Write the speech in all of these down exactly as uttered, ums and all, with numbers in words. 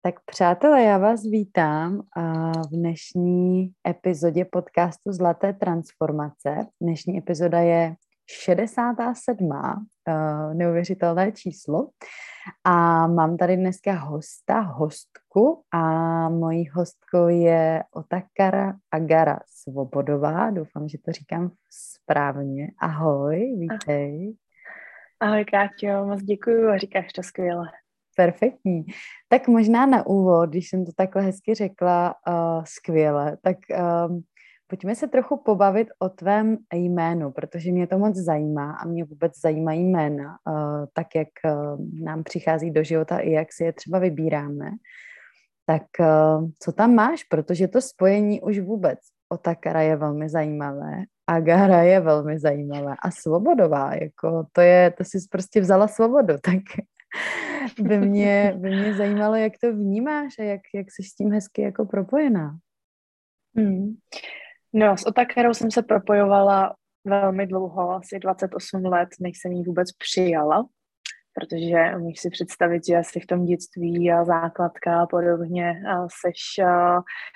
Tak přátelé, já vás vítám a v dnešní epizodě podcastu Zlaté transformace. Dnešní epizoda je šedesátá sedmá Uh, neuvěřitelné číslo. A mám tady dneska hosta, hostku a mojí hostkou je Otakara Agara Svobodová. Doufám, že to říkám správně. Ahoj, vítej. Ahoj Káťo, moc děkuju a říkáš to skvěle. Perfektní. Tak možná na úvod, když jsem to takhle hezky řekla, uh, skvěle, tak um, pojďme se trochu pobavit o tvém jménu, protože mě to moc zajímá a mě vůbec zajímají jména, uh, tak jak uh, nám přichází do života i jak si je třeba vybíráme. Tak uh, co tam máš, protože to spojení už vůbec Otakara je velmi zajímavé, Agara je velmi zajímavé a Svobodová, jako to je, to jsi prostě vzala svobodu, tak by mě, by mě zajímalo, jak to vnímáš a jak, jak jsi s tím hezky jako propojená. Hmm. No, s Otakarou jsem se propojovala velmi dlouho, asi dvacet osm let, než jsem ji vůbec přijala, protože umíš si představit, že asi v tom dětství a základka a podobně a seš a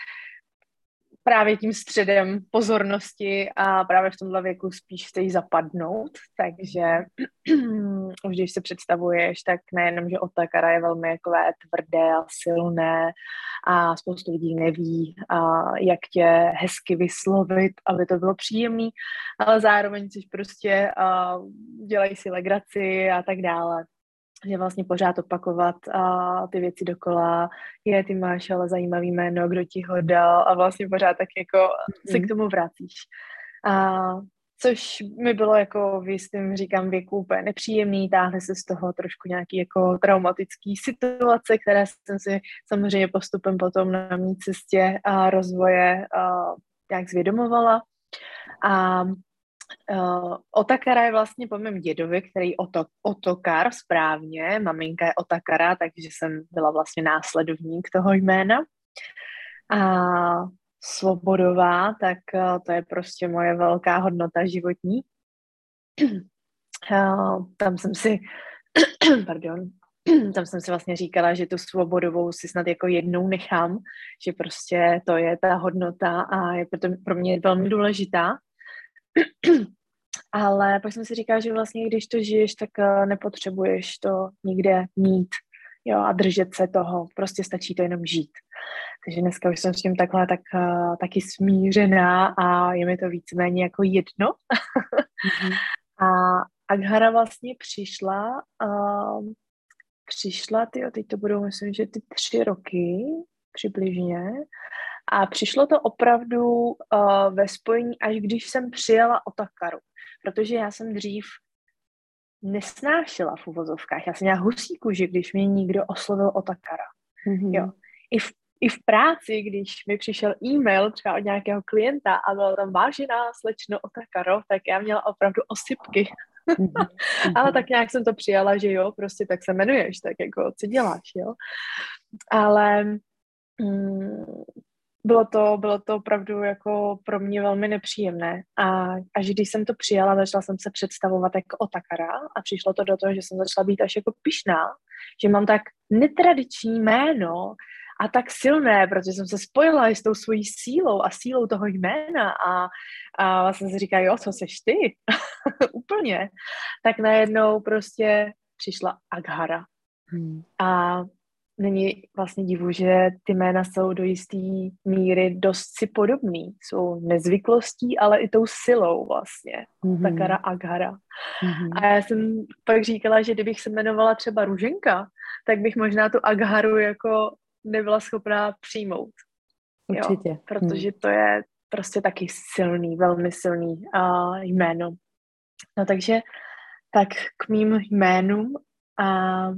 právě tím středem pozornosti a právě v tomhle věku spíš chceš zapadnout, takže už když se představuješ, tak nejenom, že Otakara je velmi jakové tvrdé a silné a spoustu lidí neví, a jak tě hezky vyslovit, aby to bylo příjemný, ale zároveň chceš prostě a dělají si legraci a tak dále. Že vlastně pořád opakovat a ty věci dokola, je, ty máš ale zajímavý jméno, kdo ti ho dal a vlastně pořád tak jako mm. se k tomu vracíš. A což mi bylo jako v jistým, říkám, věku úplně nepříjemný, táhly se z toho trošku nějaký jako traumatický situace, které jsem si samozřejmě postupem potom na mý cestě a rozvoje a nějak zvědomovala. A Uh, Otakara je vlastně po mém dědovi, který oto, Otokar správně, maminka je Otakara, takže jsem byla vlastně následovník toho jména. A Svobodová, tak uh, to je prostě moje velká hodnota životní. Uh, tam jsem si, pardon, tam jsem si vlastně říkala, že tu Svobodovou si snad jako jednou nechám, že prostě to je ta hodnota a je proto pro mě velmi důležitá. Ale pak jsem si říkala, že vlastně když to žiješ, tak uh, nepotřebuješ to nikde mít, jo, a držet se toho, prostě stačí to jenom žít. Takže dneska už jsem s tím takhle tak, uh, taky smířená a je mi to víceméně jako jedno. Mm-hmm. A Aghara vlastně přišla, uh, přišla, tyjo, teď to budou, myslím, že ty tři roky přibližně. A přišlo to opravdu uh, ve spojení, až když jsem přijala Otakaru. Protože já jsem dřív nesnášela v uvozovkách. Já jsem měla husí kůži, když mě někdo oslovil Otakara. Mm-hmm. Jo. I v, I v práci, když mi přišel e-mail třeba od nějakého klienta a byla tam vážená slečno Otakaro, tak já měla opravdu osypky. Mm-hmm. Ale tak nějak jsem to přijala, že jo, prostě tak se jmenuješ, tak jako co děláš, jo. Ale mm, Bylo to, bylo to opravdu jako pro mě velmi nepříjemné. A až když jsem to přijala, začala jsem se představovat jako Otakara a přišlo to do toho, že jsem začala být až jako pyšná, že mám tak netradiční jméno a tak silné, protože jsem se spojila i s tou svojí sílou a sílou toho jména a, a vlastně si říká, jo, co seš ty? Úplně. Tak najednou prostě přišla Aghara. Hmm. A není vlastně divu, že ty jména jsou do jistý míry dost si podobný. Jsou nezvyklostí, ale i tou silou vlastně. Mm-hmm. Otakara Aghara. Mm-hmm. A já jsem pak říkala, že kdybych se jmenovala třeba Růženka, tak bych možná tu Agharu jako nebyla schopná přijmout. Určitě. Jo, protože to je prostě taky silný, velmi silný uh, jméno. No takže tak k mým jménům a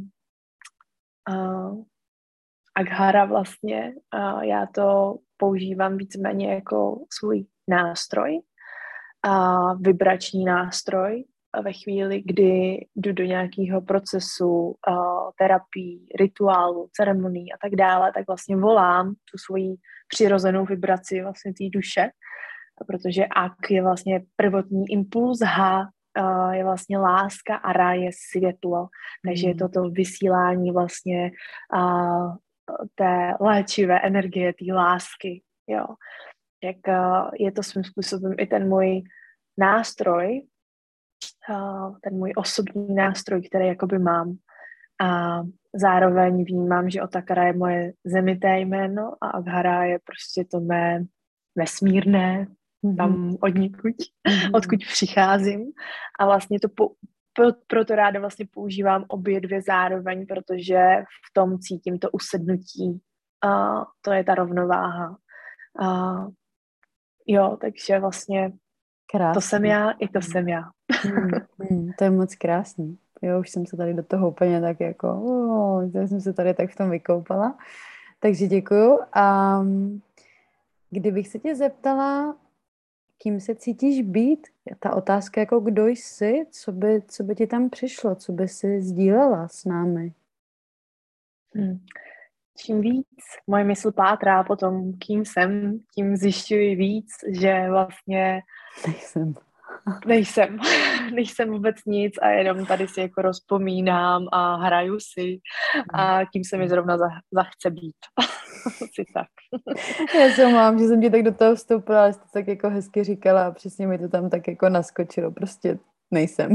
Uh, Aghara vlastně, uh, já to používám víceméně jako svůj nástroj, uh, vibrační nástroj a ve chvíli, kdy jdu do nějakého procesu uh, terapii, rituálu, ceremonií a tak dále, tak vlastně volám tu svoji přirozenou vibraci vlastně té duše, protože Ak je vlastně prvotní impuls, H Uh, je vlastně láska a Ra je světlo. Takže je to to vysílání vlastně uh, té léčivé energie, té lásky, jo. Jak uh, je to svým způsobem i ten můj nástroj, uh, ten můj osobní nástroj, který jakoby mám. A zároveň vnímám, že Otakara je moje zemité jméno a Abhara je prostě to mé vesmírné, mm-hmm. tam odnikud, mm-hmm. odkud přicházím. A vlastně to po, pro, proto ráda vlastně používám obě dvě zároveň, protože v tom cítím to usednutí. A to je ta rovnováha. A jo, takže vlastně krásný. To jsem já, i to jsem já. Hmm, hmm, to je moc krásný. Jo, už jsem se tady do toho úplně tak jako, oh, já jsem se tady tak v tom vykoupala. Takže děkuju. A kdybych se tě zeptala, kým se cítíš být? Ta otázka jako kdo jsi, co by, co by ti tam přišlo, co by si sdílela s námi? Hmm. Čím víc moje mysl pátrá po tom, kým jsem, tím zjišťuji víc, že vlastně nejsem. Nejsem. Nejsem vůbec nic a jenom tady si jako rozpomínám a hraju si a tím se mi zrovna zachce být. Asi tak. Já se mám, že jsem ti tak do toho vstoupila, ale jsi to tak jako hezky říkala a přesně mi to tam tak jako naskočilo. Prostě nejsem.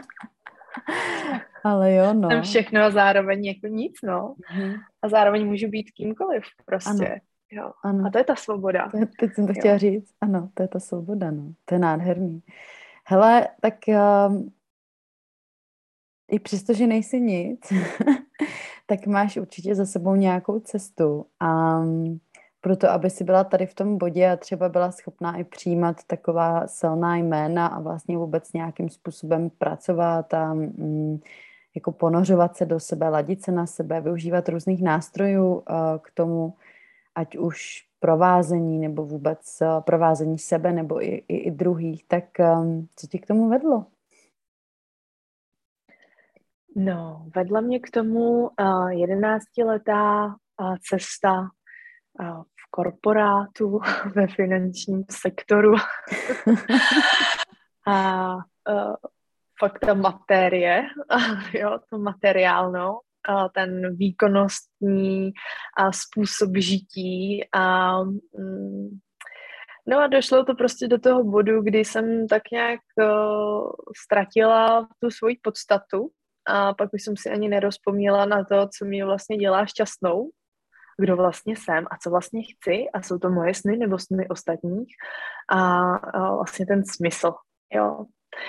Ale jo, no. Jsem všechno a zároveň jako nic, no. Mm-hmm. A zároveň můžu být kýmkoliv, prostě. Ano. Jo. Ano. A to je ta svoboda. To, teď jsem to chtěla jo. říct. Ano, to je ta svoboda, no. To je nádherný. Hele, tak um, i přesto, že nejsi nic, tak máš určitě za sebou nějakou cestu. A proto, aby si byla tady v tom bodě a třeba byla schopná i přijímat taková silná jména a vlastně vůbec nějakým způsobem pracovat a mm, jako ponořovat se do sebe, ladit se na sebe, využívat různých nástrojů uh, k tomu, ať už provázení nebo vůbec uh, provázení sebe nebo i, i, i druhých, tak um, co ti k tomu vedlo? No, vedla mě k tomu uh, jedenáctiletá uh, cesta uh, v korporátu, ve finančním sektoru. A uh, fakt ta materie, jo, to materiálno, uh, ten výkonnostní uh, způsob žití a um, no a došlo to prostě do toho bodu, kdy jsem tak nějak uh, ztratila tu svoji podstatu a pak už jsem si ani nerozpomněla na to, co mě vlastně dělá šťastnou, kdo vlastně jsem a co vlastně chci a jsou to moje sny nebo sny ostatních a, a vlastně ten smysl, jo.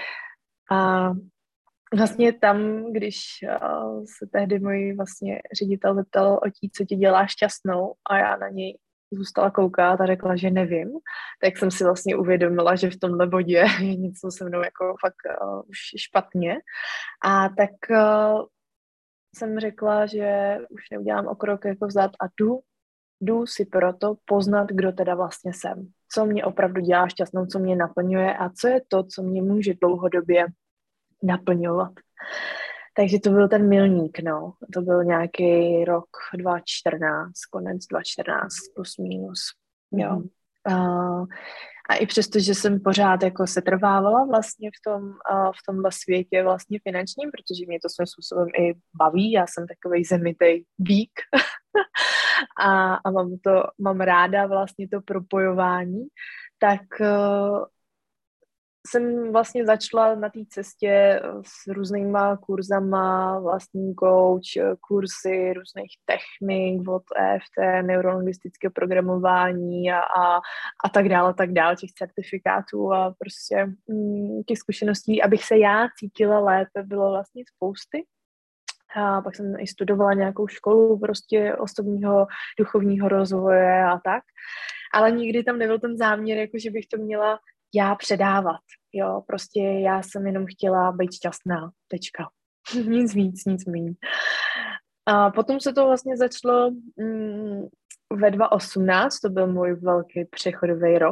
A vlastně tam, když uh, se tehdy můj vlastně ředitel zeptal o tí, co tě dělá šťastnou a já na něj zůstala koukat a řekla, že nevím, tak jsem si vlastně uvědomila, že v tomhle bodě je něco se mnou jako fakt uh, už špatně. A tak uh, jsem řekla, že už neudělám o krok jako vzad a jdu, jdu si proto poznat, kdo teda vlastně jsem. Co mě opravdu dělá šťastnou, co mě naplňuje a co je to, co mě může dlouhodobě naplňovat. Takže to byl ten milník, no. To byl nějaký rok dva tisíce čtrnáct, konec dva tisíce čtrnáct, plus minus, jo. Mm-hmm. Uh, a i přesto, že jsem pořád jako se trvávala vlastně v tom, uh, v tomhle světě vlastně finančním, protože mě to svým způsobem i baví, já jsem takovej zemitej vík a, a mám to, mám ráda vlastně to propojování, tak uh, jsem vlastně začala na té cestě s různýma kurzama, vlastní coach, kurzy různých technik od E F T, neurolingvistického programování a, a, a tak dále, tak dále, těch certifikátů a prostě mm, těch zkušeností, abych se já cítila lépe, bylo vlastně spousty. A pak jsem i studovala nějakou školu prostě osobního duchovního rozvoje a tak. Ale nikdy tam nebyl ten záměr, jako že bych to měla já předávat, jo, prostě já jsem jenom chtěla být šťastná, tečka. Nic víc, nic méně. A potom se to vlastně začalo mm, ve dva tisíce osmnáct, to byl můj velký přechodový rok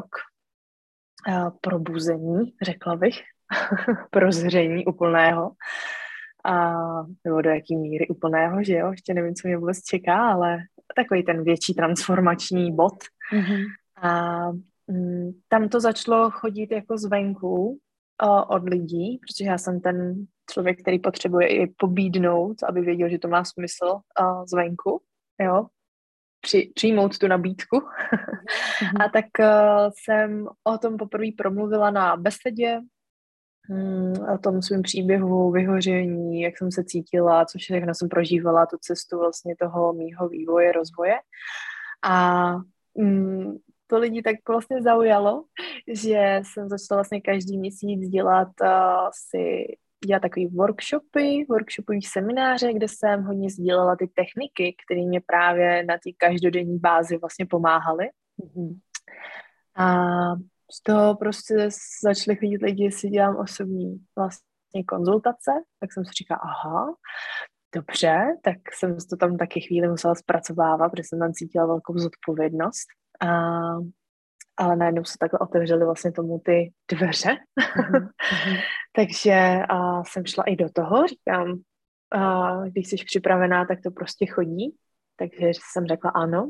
a probuzení, řekla bych, prozření úplného. A, nebo do jaký míry úplného, že jo, ještě nevím, co mě vůbec čeká, ale takový ten větší transformační bod. Mm-hmm. A tam to začalo chodit jako zvenku uh, od lidí, protože já jsem ten člověk, který potřebuje i pobídnout, aby věděl, že to má smysl uh, zvenku, jo. při, přijmout tu nabídku. Mm-hmm. A tak uh, jsem o tom poprvé promluvila na besedě, Hmm, o tom svém příběhu, vyhoření, jak jsem se cítila, co všechno jsem prožívala, tu cestu vlastně toho mýho vývoje, rozvoje. A mm, to lidi tak vlastně zaujalo, že jsem začala vlastně každý měsíc dělat uh, si dělat takový workshopy, workshopový semináře, kde jsem hodně sdílela ty techniky, které mě právě na té každodenní bázi vlastně pomáhaly. Mm-hmm. A z toho prostě začaly chodit lidi, jestli dělám osobní vlastně konzultace, tak jsem si říkala, aha, dobře, tak jsem to tam taky chvíli musela zpracovávat, protože jsem tam cítila velkou zodpovědnost. A, ale najednou se takhle otevřely vlastně tomu ty dveře. Mm-hmm. Takže a jsem šla i do toho, říkám, a když jsi připravená, tak to prostě chodí. Takže jsem řekla ano.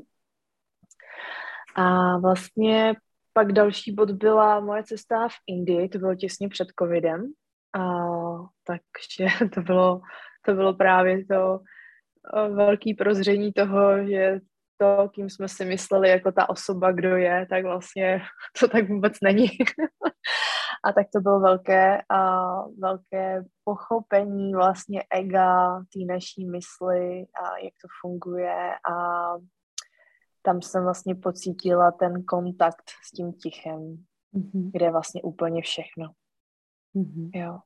A vlastně pak další bod byla moje cesta v Indii, to bylo těsně před covidem, a, takže to bylo, to bylo právě to velké prozření toho, že to, kým jsme si mysleli jako ta osoba, kdo je, tak vlastně to tak vůbec není. A tak to bylo velké, a velké pochopení vlastně ega, té naší mysli a jak to funguje a tam jsem vlastně pocítila ten kontakt s tím tichem, mm-hmm. kde je vlastně úplně všechno. Mm-hmm. Jo.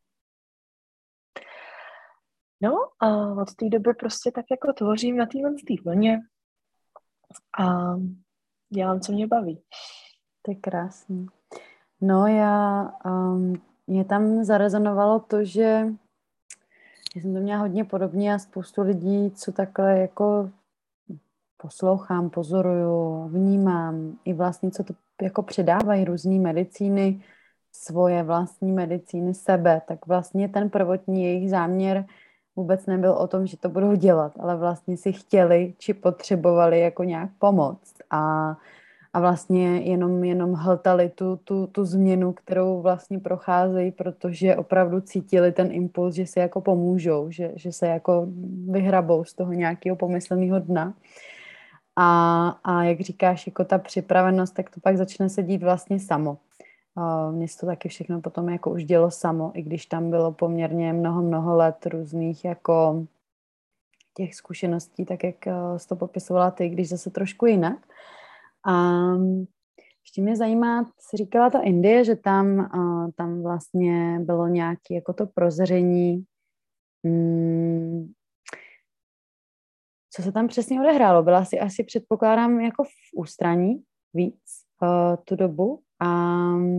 No a od té doby prostě tak jako tvořím na téhle vlně a dělám, co mě baví. To je krásný. No já, um, mě tam zarezonovalo to, že já jsem to měla hodně podobně a spoustu lidí, co takhle jako poslouchám, pozoruju, vnímám i vlastně, co to jako předávají různý medicíny, svoje vlastní medicíny, sebe, tak vlastně ten prvotní jejich záměr vůbec nebyl o tom, že to budou dělat, ale vlastně si chtěli či potřebovali jako nějak pomoct a, a vlastně jenom, jenom hltali tu, tu, tu změnu, kterou vlastně procházejí, protože opravdu cítili ten impuls, že se jako pomůžou, že, že se jako vyhrabou z toho nějakého pomyslného dna. A, a jak říkáš, jako ta připravenost, tak to pak začne se dít vlastně samo. Mně se to taky všechno potom jako už dělo samo, i když tam bylo poměrně mnoho, mnoho let různých jako těch zkušeností, tak jak jsi to popisovala ty, když zase trošku jinak. A ještě mě zajímá, jsi říkala ta Indie, že tam, tam vlastně bylo nějaké jako to prozření. Hmm, co se tam přesně odehrálo? Byla si asi, předpokládám, jako v ústraní víc uh, tu dobu a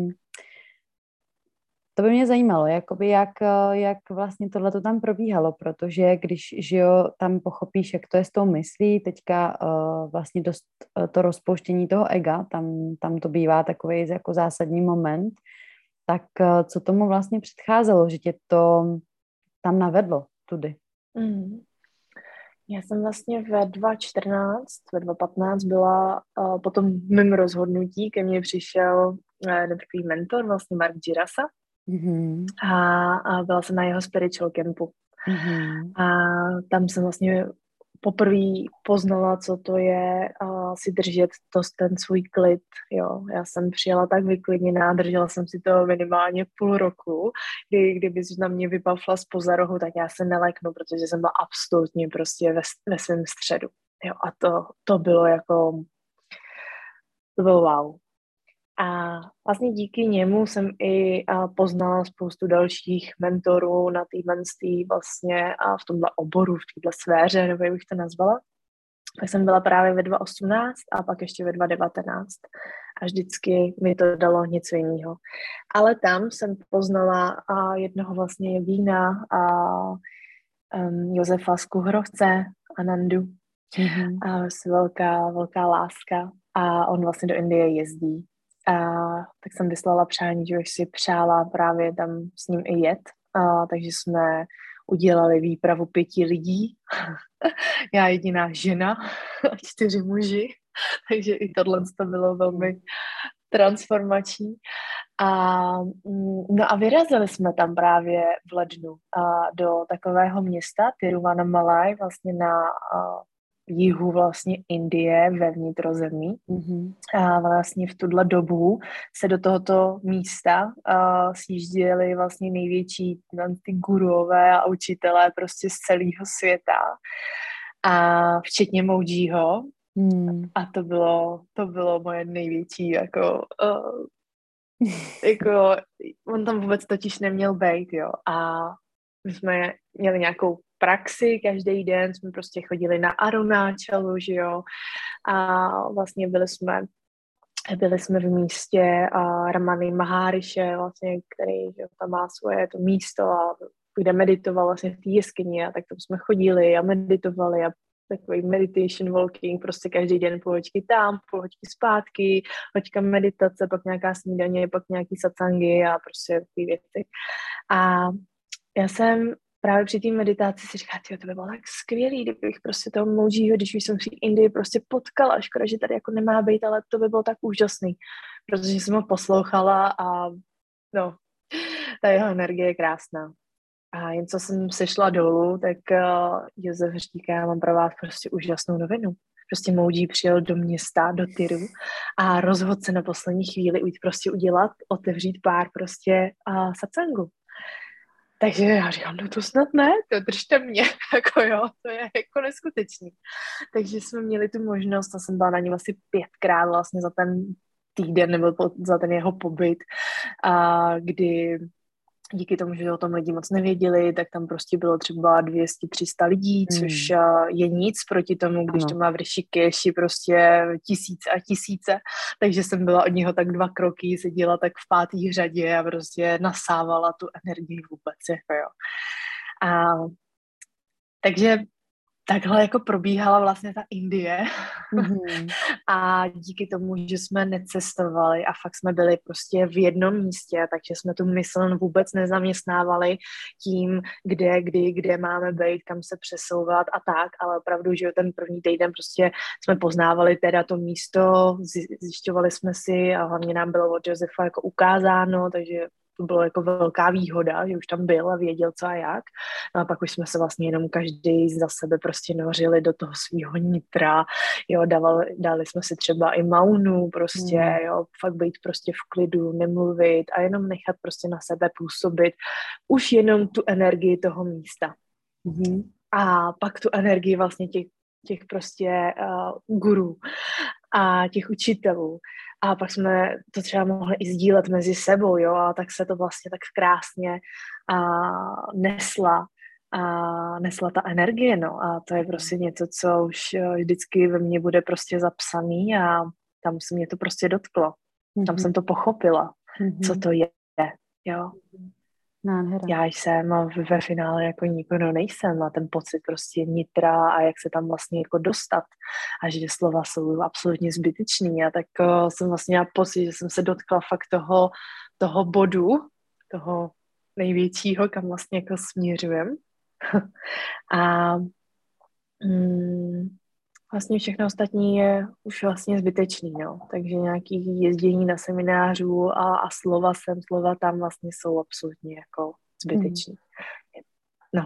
to by mě zajímalo, jakoby jak, jak vlastně tohle to tam probíhalo, protože když že jo, tam pochopíš, jak to je s tou myslí, teďka uh, vlastně dost uh, to rozpouštění toho ega, tam, tam to bývá takový jako zásadní moment, tak uh, co tomu vlastně předcházelo, že tě to tam navedlo tudy? Mm. Já jsem vlastně ve dva tisíce čtrnáct, ve dva tisíce patnáct byla uh, po tom mým rozhodnutí, ke mně přišel uh, takový mentor, vlastně Mark Girasa, mm-hmm. a, a byla jsem na jeho spiritual campu. Mm-hmm. A tam jsem vlastně poprvé poznala, co to je uh, si držet to, ten svůj klid. Jo. Já jsem přijela tak vyklidněná, držela jsem si to minimálně půl roku, kdy, kdyby na mě vypavla zpoza rohu, tak já se neleknu, protože jsem byla absolutně prostě ve, ve svém středu. Jo. A to, to bylo jako, to bylo wow. A vlastně díky němu jsem i poznala spoustu dalších mentorů na téhle vlastně a v tomhle oboru, v této sféře, nebo jak bych to nazvala. Tak jsem byla právě ve dva tisíce osmnáct a pak ještě ve dva tisíce devatenáct. A vždycky mi to dalo něco jiného. Ale tam jsem poznala jednoho vlastně jogína a um, Josefa z Kuhrovce, Anandu. Mm-hmm. A velká, velká láska. A on vlastně do Indie jezdí. A tak jsem vyslala přání, že už si přála právě tam s ním i jet. A, takže jsme udělali výpravu pěti lidí. Já jediná žena a čtyři muži. Takže i tohle to bylo velmi transformační. A, no a vyrazili jsme tam právě v lednu a do takového města Tiruvannamalai, vlastně na a, jihu vlastně Indie ve vnitrozemí. Mm-hmm. A vlastně v tuhle dobu se do tohoto místa uh, sjížděli vlastně největší ty guruové a učitelé prostě z celého světa. A včetně Moujiho. Mm. A to bylo, to bylo moje největší jako... Uh, jako, on tam vůbec totiž neměl být, jo. A my jsme měli nějakou praxi, každý den jsme prostě chodili na Arunáčalu, že jo. A vlastně byli jsme, byli jsme v místě a Ramany Mahariše, vlastně, který že tam má svoje to místo a kde meditoval vlastně v té jeskyni a tak tam jsme chodili a meditovali a takový meditation walking, prostě každý den půl hoďky tam, půl hoďky zpátky, hoďka meditace, pak nějaká snídaně, pak nějaký satsangy a prostě takové věci. A já jsem právě při té meditaci si říkala, tyjo, to by bylo tak skvělý, kdybych prostě toho Moujiho, když už jsem v Indii prostě potkala, škoda, že tady jako nemá být, ale to by bylo tak úžasný, protože jsem ho poslouchala a no, ta jeho energie je krásná. A jen co jsem sešla dolů, tak uh, Josef říká, já mám pro vás prostě úžasnou novinu. Prostě Mouji přijel do města, do Tyru a rozhodl se na poslední chvíli ujít prostě udělat, otevřít pár prostě uh, satsangu. Takže já říkám, no to snad ne, to držte mě, jako jo, to je jako neskutečný. Takže jsme měli tu možnost a jsem byla na něm asi pětkrát vlastně za ten týden nebo po, za ten jeho pobyt, a kdy díky tomu, že o tom lidi moc nevěděli, tak tam prostě bylo třeba dvě stě tři sta lidí, hmm. což je nic proti tomu, když ano. to má v Rishikeshi prostě tisíce a tisíce, takže jsem byla od něho tak dva kroky, seděla tak v pátý řadě a prostě nasávala tu energii vůbec, jako jo. A takže takhle jako probíhala vlastně ta Indie mm-hmm. a díky tomu, že jsme necestovali a fakt jsme byli prostě v jednom místě, takže jsme tu mysl vůbec nezaměstnávali tím, kde, kdy, kde máme být, kam se přesouvat a tak, ale opravdu, že ten první týden prostě jsme poznávali teda to místo, zjišťovali jsme si a hlavně nám bylo od Josefa jako ukázáno, takže to bylo jako velká výhoda, že už tam byl a věděl, co a jak. No a pak už jsme se vlastně jenom každý za sebe prostě nořili do toho svýho nitra, jo, dávali, dali jsme si třeba i maunu prostě, mm. jo, fakt být prostě v klidu, nemluvit a jenom nechat prostě na sebe působit už jenom tu energii toho místa. Mm. A pak tu energii vlastně těch, těch prostě uh, gurů a těch učitelů. A pak jsme to třeba mohli i sdílet mezi sebou, jo, a tak se to vlastně tak krásně a nesla, a nesla ta energie, no, a to je prostě něco, co už vždycky ve mně bude prostě zapsaný a tam se mě to prostě dotklo. Mm-hmm. Tam jsem to pochopila, mm-hmm. co to je, jo. Nádhera. Já jsem a ve finále jako nikdo nejsem a ten pocit prostě nitra a jak se tam vlastně jako dostat a že slova jsou absolutně zbytečný a tak uh, jsem vlastně měla pocit, že jsem se dotkla fakt toho, toho bodu, toho největšího, kam vlastně jako směřujem a mm, vlastně všechno ostatní je už vlastně zbytečný, no. Takže nějaký jezdění na seminářů a, a slova sem, slova tam vlastně jsou absolutně jako zbytečný. No.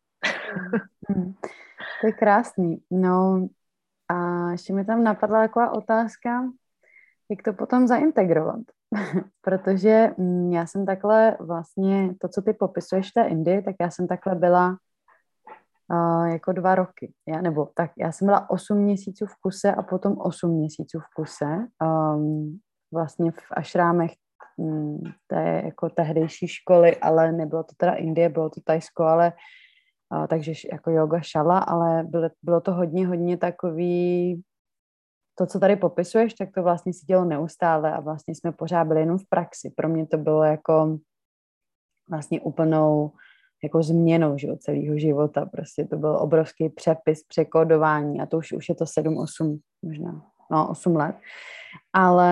Hmm. To je krásný. No a ještě mi tam napadla taková otázka, jak to potom zaintegrovat. Protože já jsem takhle vlastně, to, co ty popisuješ v té Indii, tak já jsem takhle byla Uh, jako dva roky. Já, nebo tak, já jsem byla osm měsíců v kuse a potom osm měsíců v kuse. Um, vlastně v ašrámech um, té jako tehdejší školy, ale nebylo to teda Indie, bylo to Tajsko, ale uh, takže jako yoga šala, ale bylo, bylo to hodně, hodně takový to, co tady popisuješ, tak to vlastně se dělo neustále a vlastně jsme pořád byli jenom v praxi. Pro mě to bylo jako vlastně úplnou jako změnou, že, celého života. Prostě to byl obrovský přepis, překódování a to už, už je to sedm, osm, možná, no osm let. Ale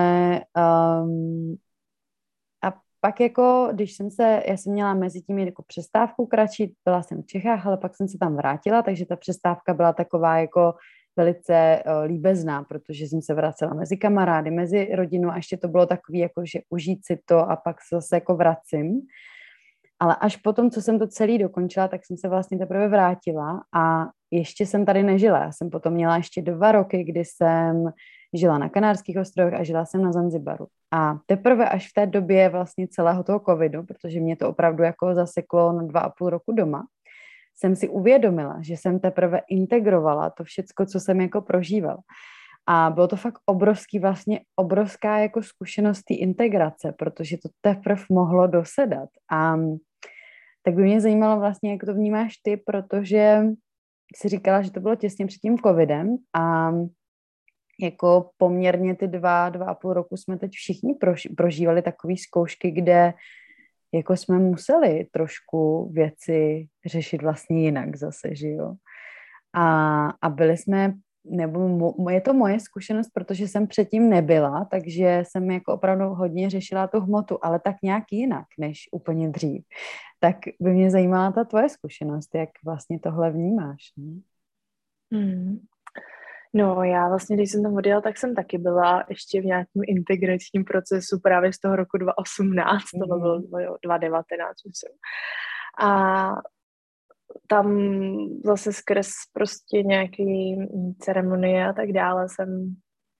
um, a pak jako, když jsem se, já jsem měla mezi tím jako přestávku kratší, byla jsem v Čechách, ale pak jsem se tam vrátila, takže ta přestávka byla taková jako velice uh, líbezná, protože jsem se vracela mezi kamarády, mezi rodinou a ještě to bylo takový, jako že užít si to a pak se zase jako vracím. Ale až potom, co jsem to celý dokončila, tak jsem se vlastně teprve vrátila a ještě jsem tady nežila. Já jsem potom měla ještě dva roky, kdy jsem žila na Kanárských ostrovech a žila jsem na Zanzibaru. A teprve až v té době vlastně celého toho covidu, protože mě to opravdu jako zaseklo na dva a půl roku doma, jsem si uvědomila, že jsem teprve integrovala to všecko, co jsem jako prožívala. A bylo to fakt obrovský, vlastně obrovská jako zkušenost té integrace, protože to teprve mohlo dosedat. A tak by mě zajímalo vlastně, jak to vnímáš ty, protože jsi říkala, že to bylo těsně před tím covidem a jako poměrně ty dva, dva a půl roku jsme teď všichni prožívali takové zkoušky, kde jako jsme museli trošku věci řešit vlastně jinak zase, že jo. A, a byli jsme, nebo mo, je to moje zkušenost, protože jsem předtím nebyla, takže jsem jako opravdu hodně řešila tu hmotu, ale tak nějak jinak, než úplně dřív. Tak by mě zajímala ta tvoje zkušenost, jak vlastně tohle vnímáš. Ne? Hmm. No, já vlastně, když jsem tam odjela, tak jsem taky byla ještě v nějakém integračním procesu právě z toho roku dva tisíce osmnáct, mm. to bylo dva tisíce devatenáct, myslím. A tam zase skrz prostě nějaký ceremonie a tak dále jsem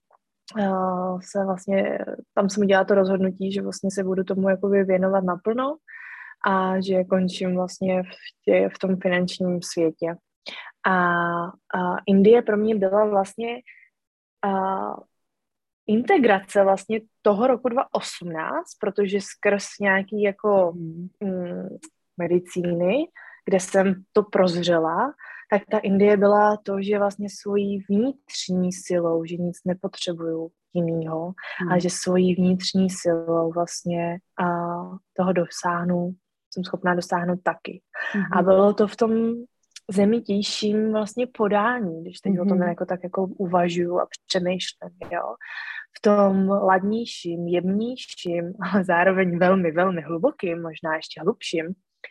uh, se vlastně, tam jsem udělala to rozhodnutí, že vlastně se budu tomu jakoby věnovat naplno a že končím vlastně v, tě, v tom finančním světě. A, a Indie pro mě byla vlastně a, integrace vlastně toho roku dva tisíce osmnáct, protože skrz nějaký jako mm. Mm, medicíny, kde jsem to prozřela, tak ta Indie byla to, že vlastně svojí vnitřní silou, že nic nepotřebuju jinýho, mm. a že svojí vnitřní silou vlastně a, toho dosáhnu, jsem schopná dosáhnout taky. Mm. A bylo to v tom zemitějším vlastně podání, když teď mm-hmm. o tom jako tak jako uvažuju a přemýšlím, jo. V tom ladnějším, jemnějším, ale zároveň velmi, velmi hlubokým, možná ještě hlubším,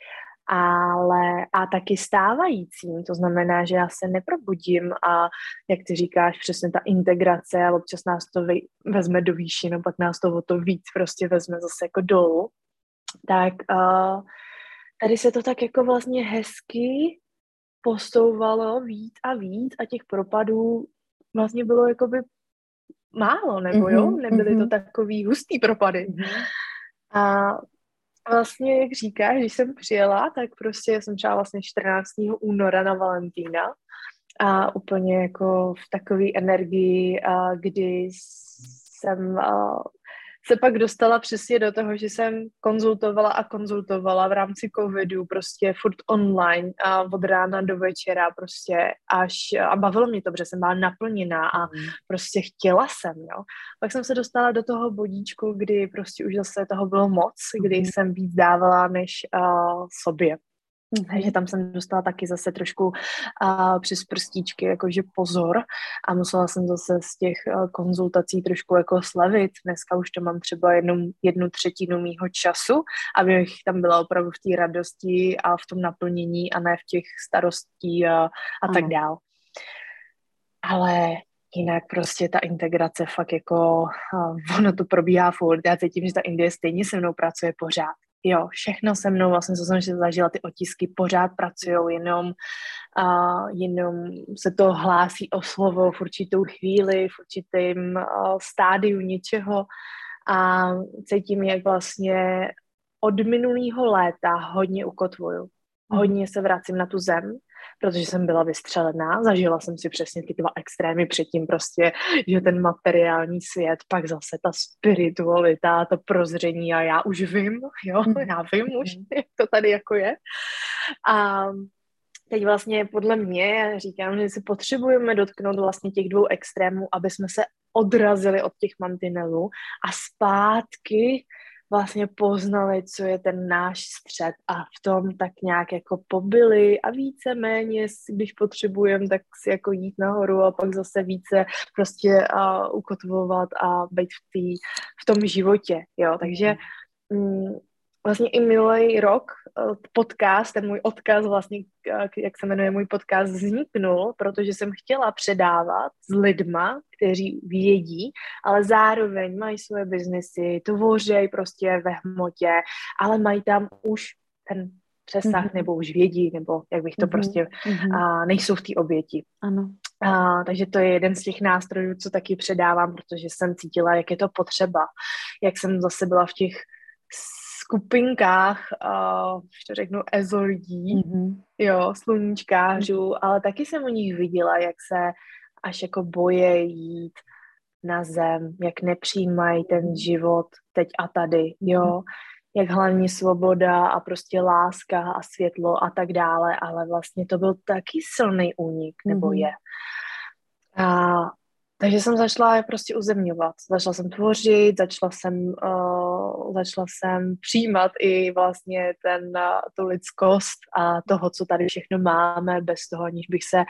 ale a taky stávajícím, to znamená, že já se neprobudím a jak ty říkáš, přesně ta integrace a občas nás to vy, vezme do výši, no pak nás to o to víc prostě vezme zase jako dolů, tak uh, tady se to tak jako vlastně hezky postouvalo víc a víc a těch propadů vlastně bylo jakoby málo, nebo jo, nebyly to takový hustý propady. Mm-hmm. A vlastně, jak říkáš, když jsem přijela, tak prostě jsem třeba vlastně čtrnáctého února na Valentína a úplně jako v takové energii, a kdy jsem a, se pak dostala přesně do toho, že jsem konzultovala a konzultovala v rámci covidu prostě furt online a od rána do večera prostě až a bavilo mě to, protože jsem byla naplněná a prostě chtěla jsem, jo. Pak jsem se dostala do toho bodíčku, kdy prostě už zase toho bylo moc, kdy mm. jsem víc dávala než uh, sobě. Mm-hmm. Takže tam jsem dostala taky zase trošku uh, přes prstíčky, jakože pozor a musela jsem zase z těch uh, konzultací trošku jako slevit. Dneska už to mám třeba jednu, jednu třetinu mýho času, abych tam byla opravdu v té radosti a v tom naplnění a ne v těch starostí a, a tak dál. Ale jinak prostě ta integrace fakt jako uh, ono to probíhá furt. Já cítím, že ta Indie stejně se mnou pracuje pořád. Jo, všechno se mnou, vlastně, co jsem si zažila, ty otisky pořád pracujou, jenom, uh, jenom se to hlásí o slovo v určitou chvíli, v určitém uh, stádiu něčeho a cítím, jak vlastně od minulého léta hodně ukotvuju. Hodně se vracím na tu zem, protože jsem byla vystřelená, zažila jsem si přesně ty dva extrémy předtím prostě, že ten materiální svět, pak zase ta spiritualita, to prozření a já už vím, jo, já vím už, jak to tady jako je. A teď vlastně podle mě, já říkám, že si potřebujeme dotknout vlastně těch dvou extrémů, aby jsme se odrazili od těch mantinelů a zpátky vlastně poznali, co je ten náš střed a v tom tak nějak jako pobyli a víceméně, když potřebujeme, tak si jako jít nahoru a pak zase více prostě uh, ukotvovat a být v, tý, v tom životě, jo, takže mm, vlastně i minulý rok podcast, ten můj odkaz vlastně, jak se jmenuje můj podcast, vzniknul, protože jsem chtěla předávat s lidma, kteří vědí, ale zároveň mají svoje biznesy, tvořejí prostě ve hmotě, ale mají tam už ten přesah, mm-hmm. nebo už vědí, nebo jak bych to mm-hmm. prostě, mm-hmm. a nejsou v té oběti. Ano. A, takže to je jeden z těch nástrojů, co taky předávám, protože jsem cítila, jak je to potřeba. Jak jsem zase byla v těch skupinkách, uh, to řeknu, ezo lidí, mm-hmm. jo, sluníčkářů, mm-hmm. ale taky jsem u nich viděla, jak se až jako boje jít na zem, jak nepřijímají ten život teď a tady, jo, jak hlavně svoboda a prostě láska a světlo a tak dále, ale vlastně to byl taky silný únik, nebo je. A takže jsem začala prostě uzemňovat. Začala jsem tvořit, začala jsem, uh, začala jsem přijímat i vlastně ten, uh, tu lidskost a toho, co tady všechno máme, bez toho, aniž bych se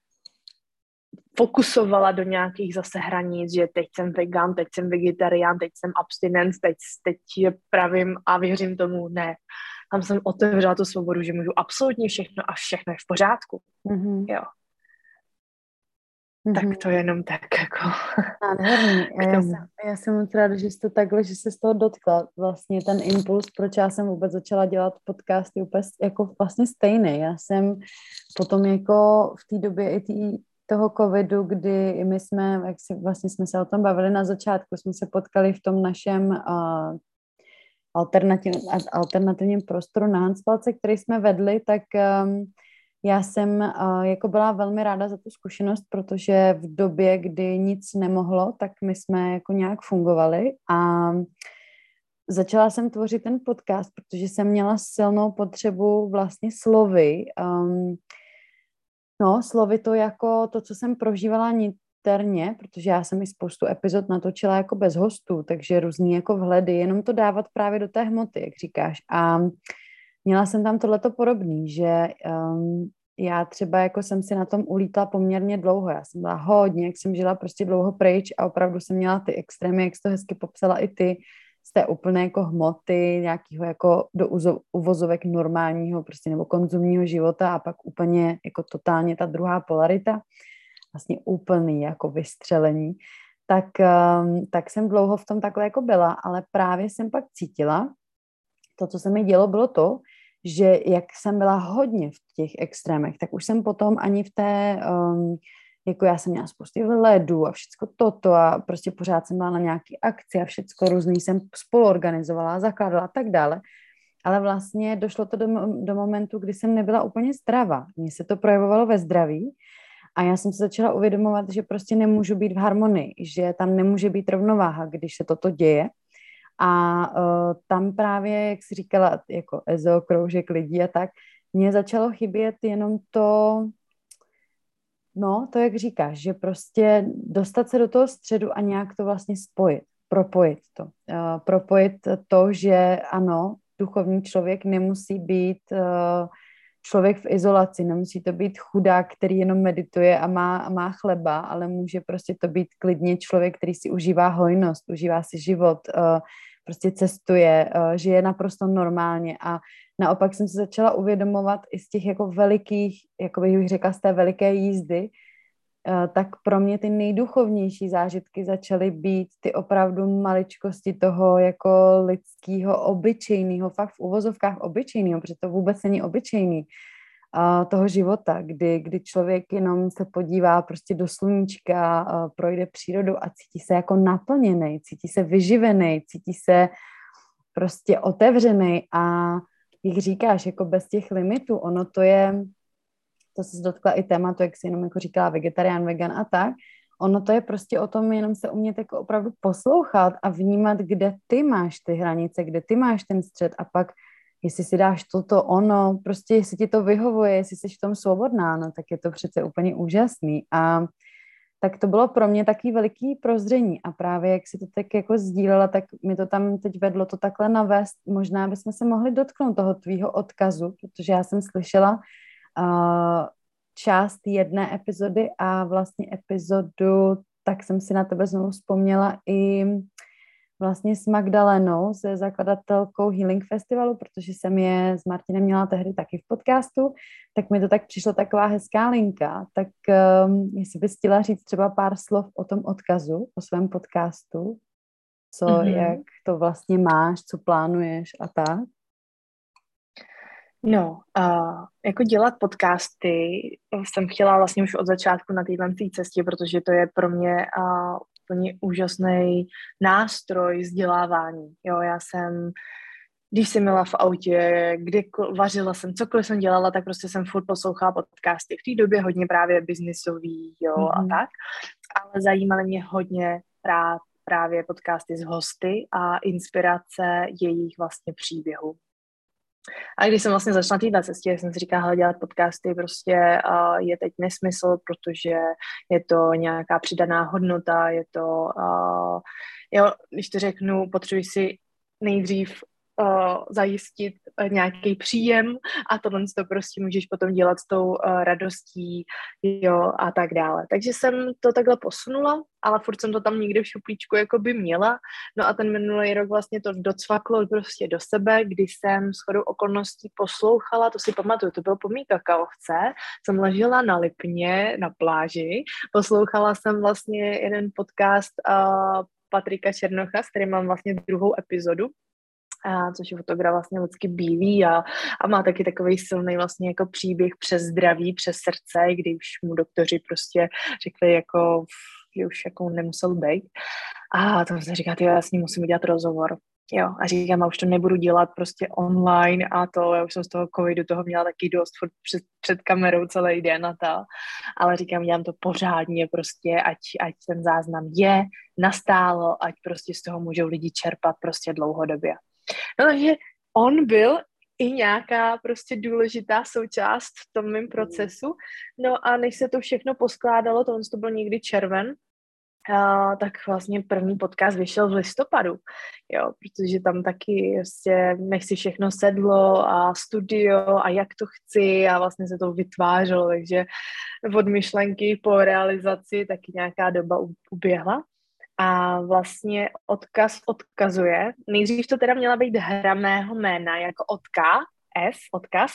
fokusovala do nějakých zase hranic, že teď jsem vegan, teď jsem vegetarián, teď jsem abstinent, teď, teď je pravím a věřím tomu, ne. Tam jsem otevřela tu svobodu, že můžu absolutně všechno a všechno je v pořádku. Mm-hmm. Jo. Mm-hmm. Tak to je jenom tak jako... Nádherný. Já jsem, já jsem moc ráda, že jsi to takhle, že se z toho dotkla. Vlastně ten impuls, proč já jsem vůbec začala dělat podcasty úplně jako vlastně stejný. Já jsem potom jako v té době i tý, toho covidu, kdy my jsme, jak si vlastně jsme se o tom bavili na začátku, jsme se potkali v tom našem uh, alternativ, alternativním prostoru na Hanspalce, který jsme vedli, tak um, já jsem uh, jako byla velmi ráda za tu zkušenost, protože v době, kdy nic nemohlo, tak my jsme jako nějak fungovali a začala jsem tvořit ten podcast, protože jsem měla silnou potřebu vlastně slovy, um, no slovy to jako to, co jsem prožívala niterně, protože já jsem i spoustu epizod natočila jako bez hostů, takže různý jako vhledy, jenom to dávat právě do té hmoty, jak říkáš. A měla jsem tam tohleto podobný, že um, já třeba jako jsem si na tom ulítla poměrně dlouho. Já jsem byla hodně, jak jsem žila prostě dlouho pryč a opravdu jsem měla ty extrémy, jak jsi to hezky popsala i ty, z té úplné jako hmoty, nějakého jako do uvozovek normálního prostě nebo konzumního života a pak úplně jako totálně ta druhá polarita, vlastně úplný jako vystřelení. Tak, um, tak jsem dlouho v tom takhle jako byla, ale právě jsem pak cítila, to, co se mi dělo, bylo to, že jak jsem byla hodně v těch extrémech, tak už jsem potom ani v té, um, jako já jsem měla spousty vledů a všecko toto a prostě pořád jsem byla na nějaký akci a všecko různý jsem spoluorganizovala, zakládala a tak dále. Ale vlastně došlo to do, do momentu, kdy jsem nebyla úplně zdravá. Mně se to projevovalo ve zdraví a já jsem se začala uvědomovat, že prostě nemůžu být v harmonii, že tam nemůže být rovnováha, když se toto děje. A uh, tam právě, jak jsi říkala, jako ezo, kroužek lidí a tak, mně začalo chybět jenom to, no, to, jak říkáš, že prostě dostat se do toho středu a nějak to vlastně spojit, propojit to. Uh, propojit to, že ano, duchovní člověk nemusí být uh, člověk v izolaci, nemusí to být chudák, který jenom medituje a má, a má chleba, ale může prostě to být klidně člověk, který si užívá hojnost, užívá si život, uh, prostě cestuje, uh, žije naprosto normálně a naopak jsem se začala uvědomovat i z těch jako velikých, jako bych řekla, z té veliké jízdy, uh, tak pro mě ty nejduchovnější zážitky začaly být ty opravdu maličkosti toho jako lidského, obyčejného, fakt v uvozovkách obyčejného, protože to vůbec není obyčejný, uh, toho života, kdy, kdy člověk jenom se podívá prostě do sluníčka, uh, projde přírodu a cítí se jako naplněný, cítí se vyživený, cítí se prostě otevřený a jak říkáš, jako bez těch limitů, ono to je, to se dotkla i tématu, jak jsi jenom jako říkala vegetarián, vegan a tak, ono to je prostě o tom jenom se umět jako opravdu poslouchat a vnímat, kde ty máš ty hranice, kde ty máš ten střed a pak jestli si dáš toto ono, prostě jestli ti to vyhovuje, jestli jsi v tom svobodná, no tak je to přece úplně úžasný a tak to bylo pro mě takový veliký prozření a právě jak si to tak jako sdílela, tak mi to tam teď vedlo to takhle navést, možná bychom se mohli dotknout toho tvýho odkazu, protože já jsem slyšela uh, část jedné epizody a vlastně epizodu, tak jsem si na tebe znovu vzpomněla i vlastně s Magdalenou, se zakladatelkou Healing Festivalu, protože jsem je s Martinem měla tehdy taky v podcastu, tak mi to tak přišlo taková hezká linka. Tak um, jestli bys chtěla říct třeba pár slov o tom odkazu, o svém podcastu, co, mm-hmm. jak to vlastně máš, co plánuješ a tak? No, uh, jako dělat podcasty jsem chtěla vlastně už od začátku na této cestě, protože to je pro mě uh, úplně úžasný nástroj vzdělávání. Jo, já jsem, když jsem měla v autě, kdy vařila jsem, cokoliv jsem dělala, tak prostě jsem furt poslouchala podcasty. V té době hodně právě biznisový, jo, mm-hmm. a tak. Ale zajímaly mě hodně rád právě podcasty s hosty a inspirace jejich vlastně příběhu. A když jsem vlastně začala týhle cestě, jsem si říkala, dělat podcasty prostě uh, je teď nesmysl, protože je to nějaká přidaná hodnota, je to, uh, jo, když to řeknu, potřebuji si nejdřív uh, zajistit uh, nějaký příjem a tohle to prostě můžeš potom dělat s tou uh, radostí, jo, a tak dále. Takže jsem to takhle posunula, ale furt jsem to tam někde v šuplíčku jako by měla. No a ten minulý rok vlastně to docvaklo prostě do sebe, kdy jsem shodou okolností poslouchala, to si pamatuju, to bylo po mý kakaovce, jsem ležela na Lipně, na pláži, poslouchala jsem vlastně jeden podcast uh, Patrika Černocha, s kterým mám vlastně druhou epizodu, a což je fotograf vlastně lidsky bílý a, a má taky takový silný vlastně jako příběh přes zdraví, přes srdce, kdy už mu doktoři prostě řekli jako, že už jako nemusel být. A tam se říká, já s ním musím udělat rozhovor. Jo, a říkám, já už to nebudu dělat prostě online a to, já už jsem z toho covidu toho měla taky dost furt před, před kamerou celý den a ta. Ale říkám, dělám to pořádně prostě, ať, ať ten záznam je nastálo, ať prostě z toho můžou lidi čerpat prostě dlouhodobě. No takže on byl i nějaká prostě důležitá součást v tom mém procesu. No a než se to všechno poskládalo, to, to byl někdy červen, Uh, tak vlastně první podcast vyšel v listopadu, jo, protože tam taky vlastně než si všechno sedlo a studio a jak to chci a vlastně se to vytvářelo, takže od myšlenky po realizaci taky nějaká doba uběhla a vlastně odkaz odkazuje. Nejdřív to teda měla být hra mého jména jako odka, F, odkaz,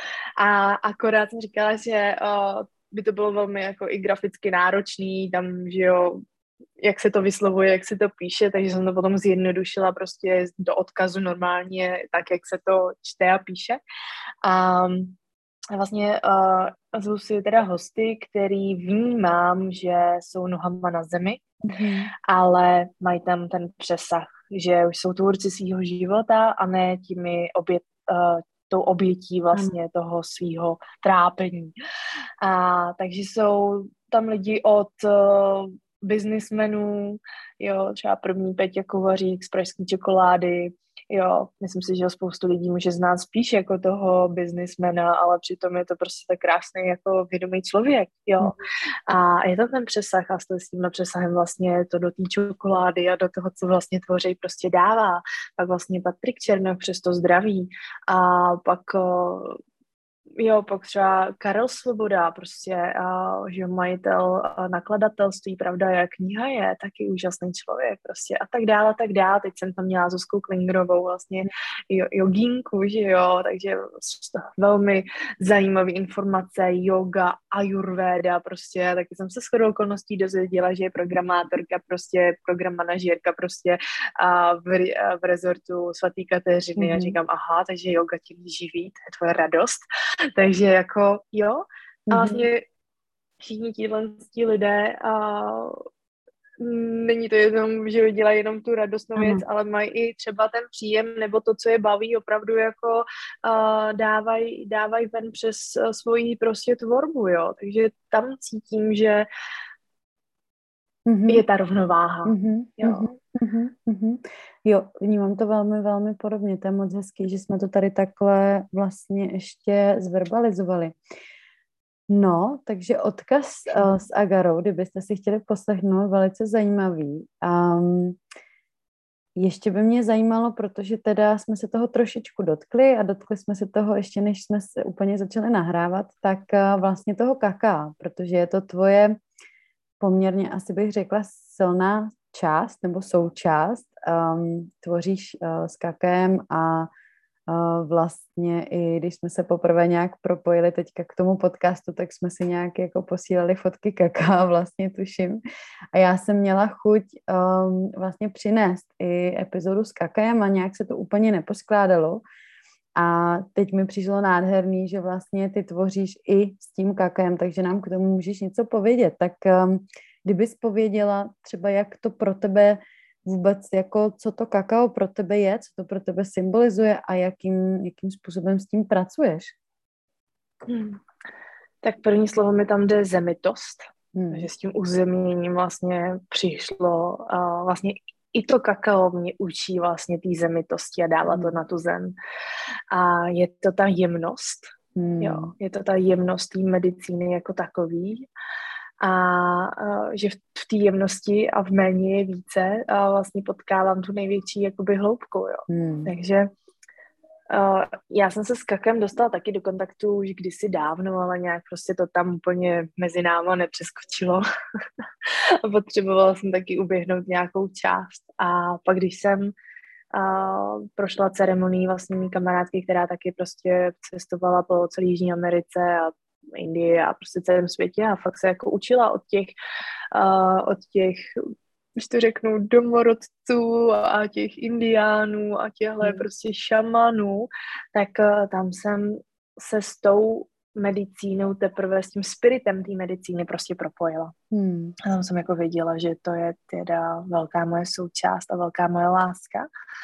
a akorát jsem říkala, že uh, by to bylo velmi jako i graficky náročný, tam, že jo, jak se to vyslovuje, jak se to píše, takže jsem to potom zjednodušila prostě do odkazu normálně, tak, jak se to čte a píše. A vlastně uh, jsou si teda hosty, který vnímám, že jsou nohama na zemi, mm-hmm. ale mají tam ten přesah, že už jsou tvůrci svýho života a ne těmi obět, uh, tou obětí vlastně mm. toho svýho trápení. A takže jsou tam lidi od uh, biznismenů, jo, třeba první Peťa Kovařík z Pražské čokolády, jo, myslím si, že spoustu lidí může znát spíš jako toho biznismena, ale přitom je to prostě tak krásný jako vědomý člověk, jo. A je to ten přesah a s tím přesahem vlastně to do té čokolády a do toho, co vlastně tvoří, prostě dává. Pak vlastně Patrik Černoch přes to zdraví a pak jo, pak třeba Karel Svoboda, prostě, a, že majitel a nakladatelství, pravda, jak kniha je, taky úžasný člověk, prostě a tak dále, a tak dále. Teď jsem tam měla Zuzku Klingrovou, vlastně jo, jogínku, že jo, takže velmi zajímavé informace, yoga, ayurveda, prostě, taky jsem se shodou okolností dozvěděla, že je programátorka, prostě program manažérka, prostě a v, v rezortu svatý Kateřiny. Mm-hmm. Já říkám, aha, takže yoga tě živí, to je tvoje radost. Takže jako jo, a vlastně všichni tíhle lidé a není to jenom, že dělají jenom tu radostnou věc, ale mají i třeba ten příjem nebo to, co je baví, opravdu jako uh, dávají dávaj ven přes uh, svoji prostě tvorbu, jo. Takže tam cítím, že mm-hmm. je ta rovnováha. Mm-hmm. Jo. Mm-hmm. Mm-hmm. Jo, vnímám to velmi, velmi podobně. To je moc hezký, že jsme to tady takhle vlastně ještě zverbalizovali. No, takže odkaz uh, s Agarou, kdybyste si chtěli poslechnout, velice zajímavý. Um, ještě by mě zajímalo, protože teda jsme se toho trošičku dotkli a dotkli jsme se toho ještě, než jsme se úplně začali nahrávat, tak uh, vlastně toho kaká, protože je to tvoje poměrně, asi bych řekla, silná část nebo součást. Um, tvoříš uh, s kakem a uh, vlastně i když jsme se poprvé nějak propojili teďka k tomu podcastu, tak jsme si nějak jako posílali fotky kaká, vlastně tuším. A já jsem měla chuť um, vlastně přinést i epizodu s kakajem a nějak se to úplně neposkládalo. A teď mi přišlo nádherný, že vlastně ty tvoříš i s tím kakaem, takže nám k tomu můžeš něco povědět. Tak um, kdybys pověděla třeba, jak to pro tebe vůbec, jako co to kakao pro tebe je, co to pro tebe symbolizuje a jakým, jakým způsobem s tím pracuješ? Hmm. Tak první slovo mi tam jde zemitost, Hmm. takže s tím uzemněním vlastně přišlo uh, vlastně i to kakao mě učí vlastně té zemitosti a dává hmm. to na tu zem. A je to ta jemnost, hmm. jo, je to ta jemnost té medicíny jako takový. A uh, že v, v té jemnosti a v méně je více a vlastně potkávám tu největší jakoby hloubku, jo. Hmm. Takže Uh, já jsem se s kakem dostala taky do kontaktu už kdysi dávno, ale nějak prostě to tam úplně mezi náma nepřeskočilo. A potřebovala jsem taky uběhnout nějakou část. A pak, když jsem uh, prošla ceremonii vlastně mý kamarádky, která taky prostě cestovala po celé Jižní Americe a Indii a prostě celém světě a fakt se jako učila od těch, uh, od těch když to řeknu, domorodců a těch indiánů a těchto hmm. prostě šamanů, tak uh, tam jsem se s tou medicínou teprve, s tím spiritem té medicíny prostě propojila. Hmm. A tam jsem jako věděla, že to je teda velká moje součást a velká moje láska.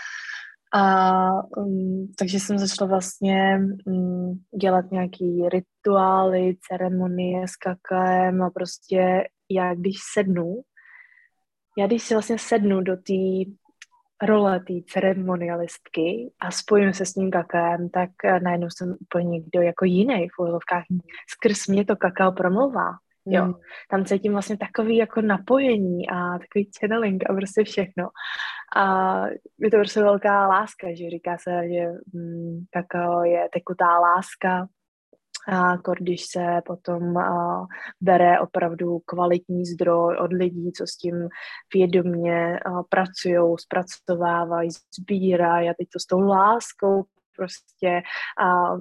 A um, takže jsem začala vlastně um, dělat nějaký rituály, ceremonie s kakaem a prostě já když sednu, Já když si vlastně sednu do té role té ceremonialistky a spojím se s tím kakaem, tak najednou jsem úplně někdo jako jiný v úvodovkách. Skrz mě to kakao promluvá. Jo. Mm. Tam cítím vlastně takový jako napojení a takový channeling a prostě všechno. A je to prostě velká láska, že říká se, že mm, kakao je tekutá láska, a když se potom a, bere opravdu kvalitní zdroj od lidí, co s tím vědomě pracují, zpracovávají, sbírají a teď to s tou láskou prostě a,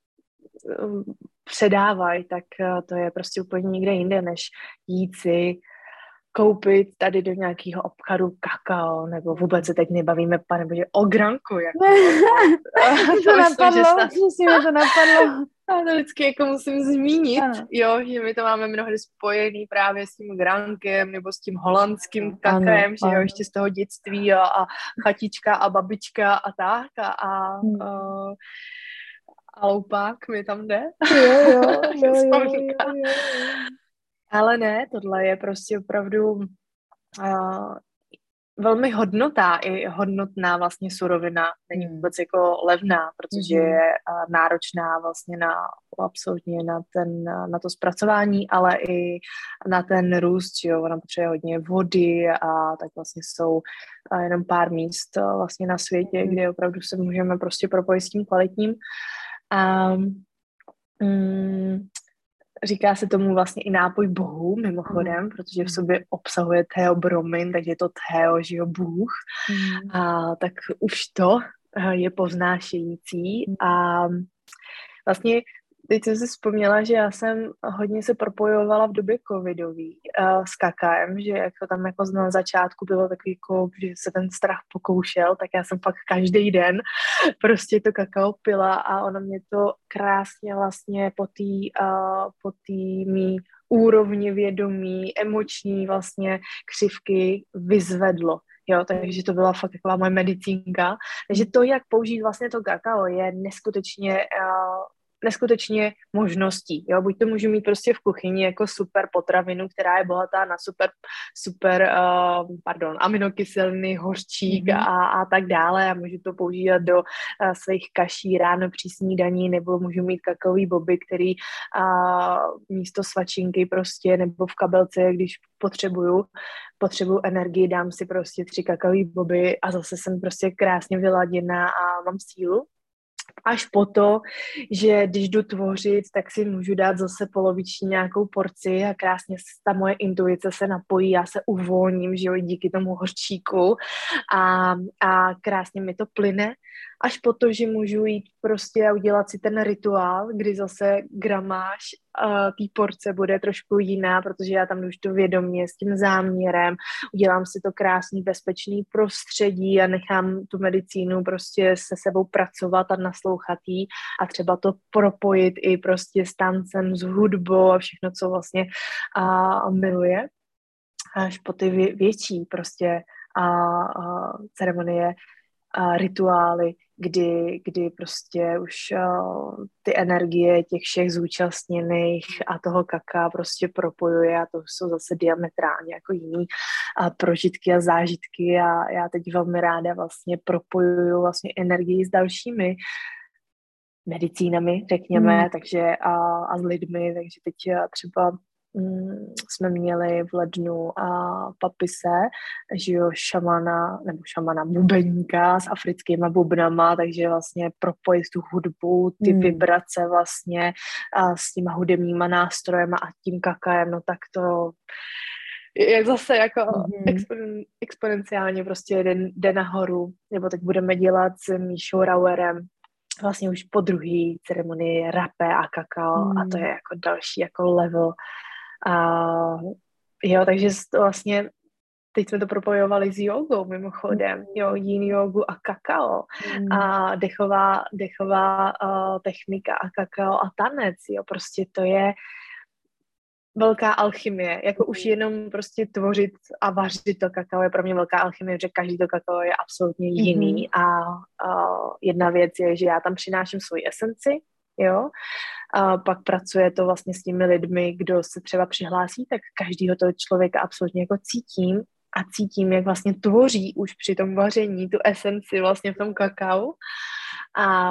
předávají, tak to je prostě úplně někde jinde, než jít si koupit tady do nějakého obchodu kakao, nebo vůbec se teď nebavíme, pane bože, o granku. Jako, to, to napadlo, přesně mi to napadlo. A to vždycky jako musím zmínit, ano. Jo, že my to máme mnohdy spojený právě s tím grankem nebo s tím holandským kakaem, ano, že ano. Jo, ještě z toho dětství a, a chatička a babička a tak a, a, hmm. a, a loupák mi tam jde. Jo, jo, jo, jo, jo, jo. Ale ne, tohle je prostě opravdu uh, velmi hodnotá i hodnotná vlastně surovina. Není hmm. vůbec jako levná, protože hmm. je uh, náročná vlastně na absolutně na, ten, na to zpracování, ale i na ten růst, že jo, ona potřebuje hodně vody a tak vlastně jsou uh, jenom pár míst uh, vlastně na světě, hmm. kde opravdu se můžeme prostě propojit s tím kvalitním. Um, um, Říká se tomu vlastně i nápoj bohů, mimochodem, mm. protože v sobě obsahuje theobromin, takže je to theo, že jo, bůh. Mm. A tak už to je povznášející. Mm. A vlastně teď jsem si vzpomněla, že já jsem hodně se propojovala v době covidový uh, s kakaem, že jako tam jako na začátku bylo takový, jako, že se ten strach pokoušel, tak já jsem pak každý den prostě to kakao pila a ono mě to krásně vlastně po té uh, po té mý úrovni vědomí, emoční vlastně křivky vyzvedlo. Jo, takže to byla fakt taková moje medicínka. Takže to, jak použít vlastně to kakao, je neskutečně uh, neskutečně možností. Jo? Buď to můžu mít prostě v kuchyni jako super potravinu, která je bohatá na super, super uh, pardon, aminokyseliny, hořčík mm-hmm. a, a tak dále a můžu to používat do uh, svých kaší ráno při snídaní, nebo můžu mít kakaový boby, který uh, místo svačinky prostě nebo v kabelce, když potřebuju, potřebuju energii, dám si prostě tři kakaový boby a zase jsem prostě krásně vyladěná a mám sílu. Až po to, že když jdu tvořit, tak si můžu dát zase poloviční nějakou porci a krásně ta moje intuice se napojí, já se uvolním, že jo, díky tomu hořčíku a, a krásně mi to plyne až po to, že můžu jít prostě a udělat si ten rituál, kdy zase gramáž uh, té porce bude trošku jiná, protože já tam jdu už to vědomě s tím záměrem, udělám si to krásný, bezpečný prostředí a nechám tu medicínu prostě se sebou pracovat a naslouchat jí a třeba to propojit i prostě s tancem, s hudbou a všechno, co vlastně uh, miluje. Až po ty vě- větší prostě a, a ceremonie, a rituály, kdy, kdy prostě už a, ty energie těch všech zúčastněných a toho kaká prostě propojuje a to jsou zase diametrálně jako jiný a prožitky a zážitky a já teď velmi ráda vlastně propojuju vlastně energii s dalšími medicínami, řekněme, Hmm. takže a, a s lidmi, takže teď třeba mm, jsme měli v lednu a papise, že jo, šamana, nebo šamana bubeníka s africkýma bubnama, takže vlastně propojit tu hudbu, ty Hmm. vibrace vlastně a s těma hudebníma nástrojema a tím kakajem, no tak to je zase jako Mhm. exponen, exponenciálně prostě jde, jde nahoru, nebo teď budeme dělat s Míšou Rauerem vlastně už po druhý ceremonii rapé a kakao Hmm. a to je jako další jako level. A jo, takže to vlastně teď jsme to propojovali s jogou mimochodem, jo, yin jogu a kakao Hmm. a dechová, dechová uh, technika a kakao a tanec, jo, prostě to je velká alchymie, jako už jenom prostě tvořit a vařit to kakao je pro mě velká alchymie, že každý to kakao je absolutně jiný a, a jedna věc je, že já tam přináším svoji esenci, jo, a pak pracuje to vlastně s těmi lidmi, kdo se třeba přihlásí, tak každýho toho člověka absolutně jako cítím a cítím, jak vlastně tvoří už při tom vaření tu esenci vlastně v tom kakao a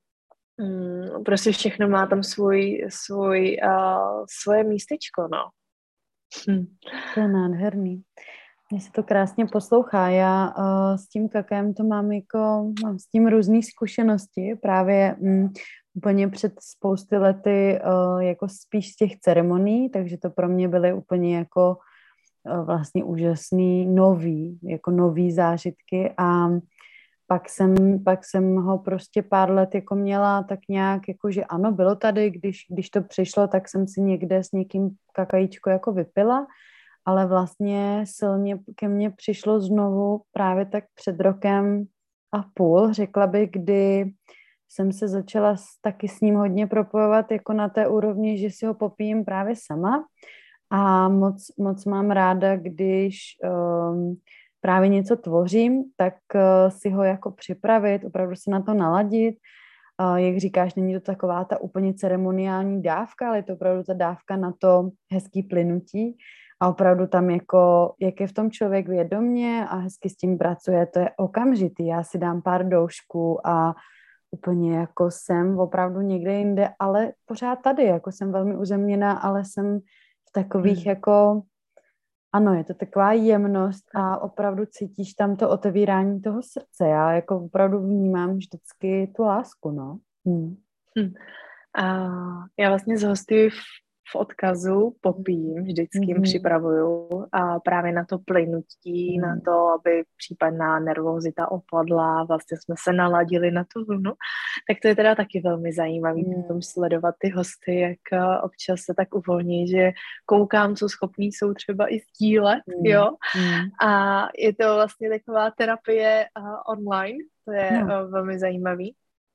mm, prostě všechno má tam svůj, svůj, uh, svoje místečko, no. Hm. To je nádherný. Mně se to krásně poslouchá. Já uh, s tím kakem to mám jako, mám s tím různý zkušenosti. Právě um, úplně před spousty lety uh, jako spíš z těch ceremonií, takže to pro mě byly úplně jako uh, vlastně úžasný, nový, jako nový zážitky a pak jsem, pak jsem ho prostě pár let jako měla tak nějak, jako že ano, bylo tady, když, když to přišlo, tak jsem si někde s někým kakajíčko jako vypila, ale vlastně silně ke mně přišlo znovu právě tak před rokem a půl, řekla bych, kdy jsem se začala taky s ním hodně propojovat jako na té úrovni, že si ho popijím právě sama a moc, moc mám ráda, když um, právě něco tvořím, tak uh, si ho jako připravit, opravdu se na to naladit. Uh, jak říkáš, není to taková ta úplně ceremoniální dávka, ale je to opravdu ta dávka na to hezký plynutí a opravdu tam jako, jak je v tom člověk vědomě a hezky s tím pracuje, to je okamžitý. Já si dám pár doušků a úplně jako jsem opravdu někde jinde, ale pořád tady, jako jsem velmi uzemněná, ale jsem v takových Hmm. jako, ano, je to taková jemnost a opravdu cítíš tam to otevírání toho srdce. Já jako opravdu vnímám vždycky tu lásku, no. Hmm. Hm. A já vlastně zhostuji v, v odkazu popím, vždycky Mhm. připravuju a právě na to plynutí, Mhm. na to, aby případná nervozita opadla, vlastně jsme se naladili na tu vlnu, tak to je teda taky velmi zajímavý Mhm. potom sledovat ty hosty, jak uh, občas se tak uvolní, že koukám, co schopní jsou třeba i sdílet, Mhm. jo, Mhm. a je to vlastně taková terapie uh, online, to je No. uh, velmi zajímavý.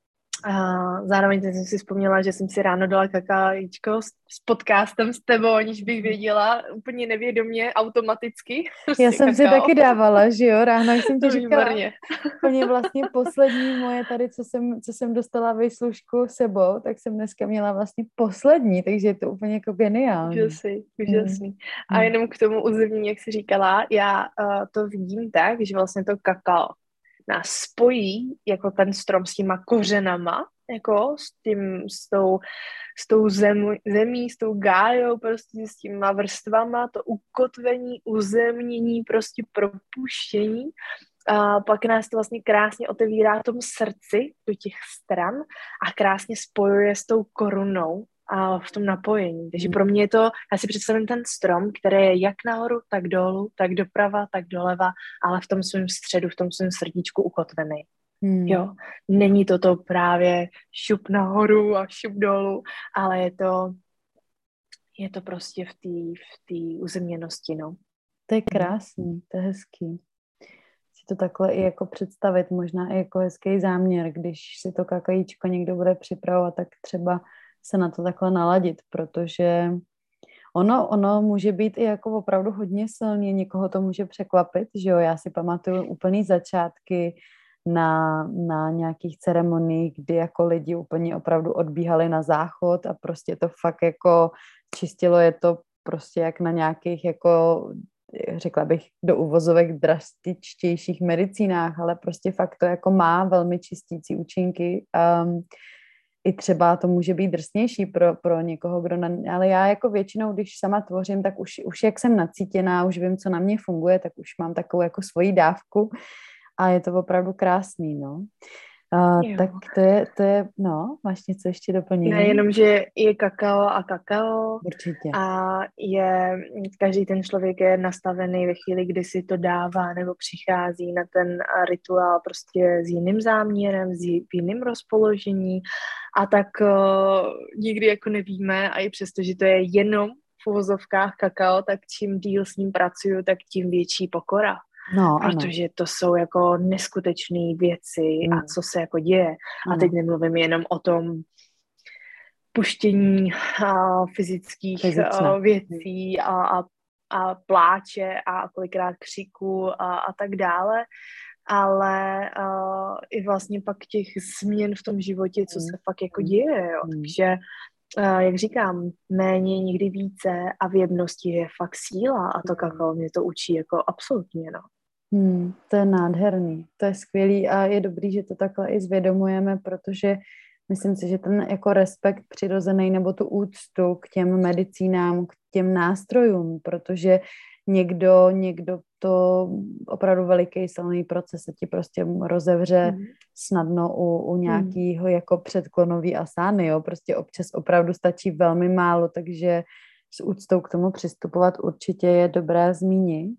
A zároveň jsem si vzpomněla, že jsem si ráno dala kakajíčko s, s podcastem s tebou, aniž bych věděla, úplně nevědomě, automaticky. Já jsem si kakao. taky dávala, že jo, ráno, jak jsem ti říkala. Výborně. Úplně vlastně poslední moje tady, co jsem, co jsem dostala výslužku sebou, tak jsem dneska měla vlastně poslední, takže je to úplně jako geniální. Úžasný, úžasný. Hmm. A jenom k tomu uzemnění, jak jsi říkala, já uh, to vidím tak, že vlastně to kakao nás spojí jako ten strom s těma kořenama, jako s tím, s tou, s tou zem, zemí, s tou gájou, prostě s těma vrstvama, to ukotvení, uzemnění, prostě propuštění. A pak nás to vlastně krásně otevírá v tom srdci do těch stran a krásně spojuje s tou korunou a v tom napojení. Takže pro mě je to, já si představím ten strom, který je jak nahoru, tak dolů, tak doprava, tak doleva, ale v tom svém středu, v tom svém srdíčku ukotvený. Hmm. Jo, není to to právě šup nahoru a šup dolů, ale je to, je to prostě v té v té uzemněnosti, no. To je krásný, to je hezký. Si to takhle i jako představit, možná i jako hezký záměr, když si to kakajíčko někdo bude připravovat, tak třeba se na to takhle naladit, protože ono, ono může být i jako opravdu hodně silný, někoho to může překvapit, že jo, já si pamatuju úplný začátky na, na nějakých ceremoniích, kdy jako lidi úplně opravdu odbíhali na záchod a prostě to fakt jako čistilo je to prostě jak na nějakých jako, řekla bych, do uvozovek drastičtějších medicínách, ale prostě fakt to jako má velmi čistící účinky. Um, I třeba to může být drsnější pro, pro někoho, kdo na, ale já jako většinou, když sama tvořím, tak už, už jak jsem nacítěná, už vím, co na mě funguje, tak už mám takovou jako svoji dávku a je to opravdu krásný, no. Uh, tak to je, to je, no, máš něco ještě doplnění? Nejenom, že je kakao a kakao. Určitě. A je, každý ten člověk je nastavený ve chvíli, kdy si to dává nebo přichází na ten rituál prostě s jiným záměrem, s jiným rozpoložení a tak uh, nikdy jako nevíme a i přesto, že to je jenom v uvozovkách kakao, tak čím díl s ním pracuju, tak tím větší pokora. No, protože ano. to jsou jako neskutečné věci mm. a co se jako děje. Ano. A teď nemluvím jenom o tom puštění a fyzických Fyzičné. věcí a, a, a pláče a kolikrát křiku a, a tak dále, ale uh, i vlastně pak těch změn v tom životě, co se fakt jako děje, jo. Takže uh, jak říkám, méně někdy více a v jednosti je fakt síla a to kakao mě to učí jako absolutně, no. Hmm, to je nádherný, to je skvělý a je dobrý, že to takhle i zvědomujeme, protože myslím si, že ten jako respekt přirozený nebo tu úctu k těm medicínám, k těm nástrojům, protože někdo, někdo to opravdu veliký silný proces se ti prostě rozevře mm. snadno u, u nějakého mm. jako předklonový asány, jo, prostě občas opravdu stačí velmi málo, takže s úctou k tomu přistupovat určitě je dobré zmínit.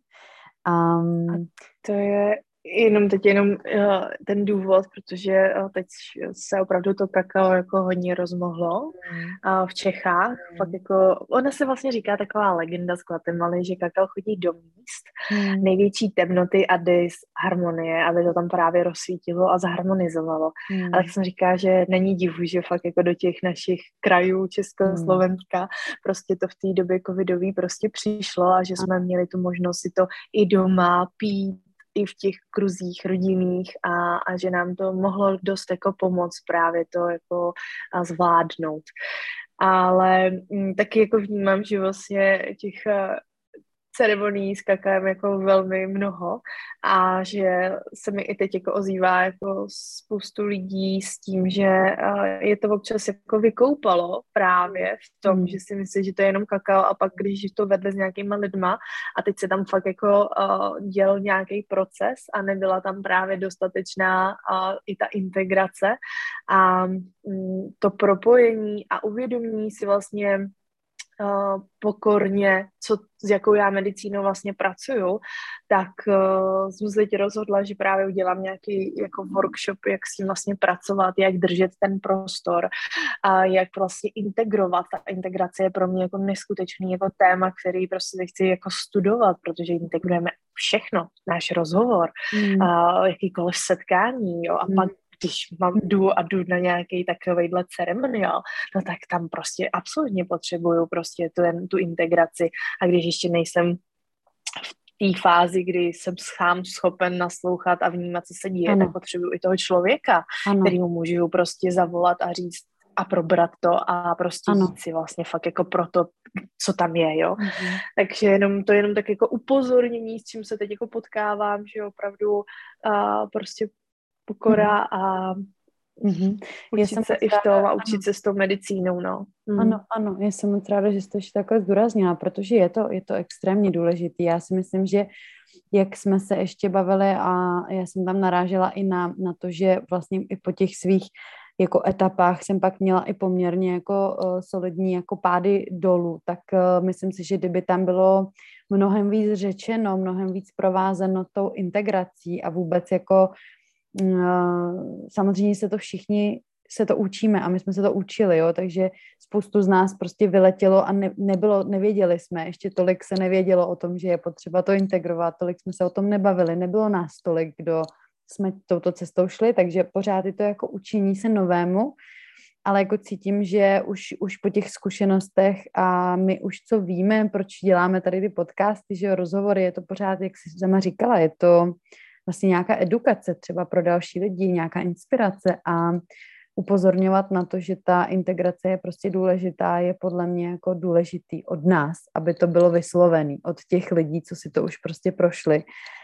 Um, a to je jenom teď jenom uh, ten důvod, protože uh, teď se opravdu to kakao jako hodně rozmohlo uh, v Čechách. Mm. Fakt jako, ona se vlastně říká taková legenda z Guatemaly, že kakao chodí do míst mm. největší temnoty a disharmonie, aby to tam právě rozsvítilo a zharmonizovalo. Mm. Ale tak jsem říká, že není divu, že fakt jako do těch našich krajů Československa mm. prostě to v té době covidový prostě přišlo a že jsme měli tu možnost si to i doma pít, i v těch kruzích rodinných a, a že nám to mohlo dost jako pomoct právě to jako zvládnout. Ale m, taky jako vnímám, že vlastně těch ceremonií s kakaem jako velmi mnoho a že se mi i teď jako ozývá jako spoustu lidí s tím, že je to občas jako vykoupalo právě v tom, hmm. že si myslí, že to je jenom kakao a pak když to vedle s nějakýma lidma a teď se tam fakt jako uh, děl nějaký proces a nebyla tam právě dostatečná uh, i ta integrace a um, to propojení a uvědomění si vlastně Uh, pokorně, co, s jakou já medicínou vlastně pracuju, tak uh, jsem se teď rozhodla, že právě udělám nějaký jako workshop, jak s tím vlastně pracovat, jak držet ten prostor a jak vlastně integrovat. Ta integrace je pro mě jako neskutečný jako téma, který prostě chci jako studovat, protože integrujeme všechno, náš rozhovor, mm. uh, jakýkoliv setkání, jo, a mm. pak když mám jdu a jdu na nějaký takovejhle ceremoniál, no tak tam prostě absolutně potřebuju prostě tu, tu integraci a když ještě nejsem v té fázi, kdy jsem sám schopen naslouchat a vnímat, co se děje, ano. tak potřebuju i toho člověka, ano. kterýmu můžu prostě zavolat a říct a probrat to a prostě ano. jít si vlastně fakt jako pro to, co tam je, jo. Mhm. Takže jenom, to je jenom tak jako upozornění, s čím se teď jako potkávám, že opravdu uh, prostě pokora a mm-hmm. učit se i v tom a učit ano. se s tou medicínou, no. Mm. Ano, ano, já jsem moc ráda, že jsi to ještě takhle zdůraznila, protože je to, je to extrémně důležitý. Já si myslím, že jak jsme se ještě bavili a já jsem tam narážela i na, na to, že vlastně i po těch svých jako etapách jsem pak měla i poměrně jako uh, solidní jako pády dolů, tak uh, myslím si, že kdyby tam bylo mnohem víc řečeno, mnohem víc provázeno tou integrací a vůbec jako samozřejmě se to všichni se to učíme a my jsme se to učili, jo, takže spoustu z nás prostě vyletělo a ne, nebylo, nevěděli jsme, ještě tolik se nevědělo o tom, že je potřeba to integrovat, tolik jsme se o tom nebavili, nebylo nás tolik, kdo jsme touto cestou šli, takže pořád je to jako učení se novému, ale jako cítím, že už, už po těch zkušenostech a my už co víme, proč děláme tady ty podcasty, že jo, rozhovory, je to pořád, jak jsi sama říkala, je to vlastně nějaká edukace třeba pro další lidi, nějaká inspirace a upozorňovat na to, že ta integrace je prostě důležitá, je podle mě jako důležitý od nás, aby to bylo vyslovený od těch lidí, co si to už prostě prošli.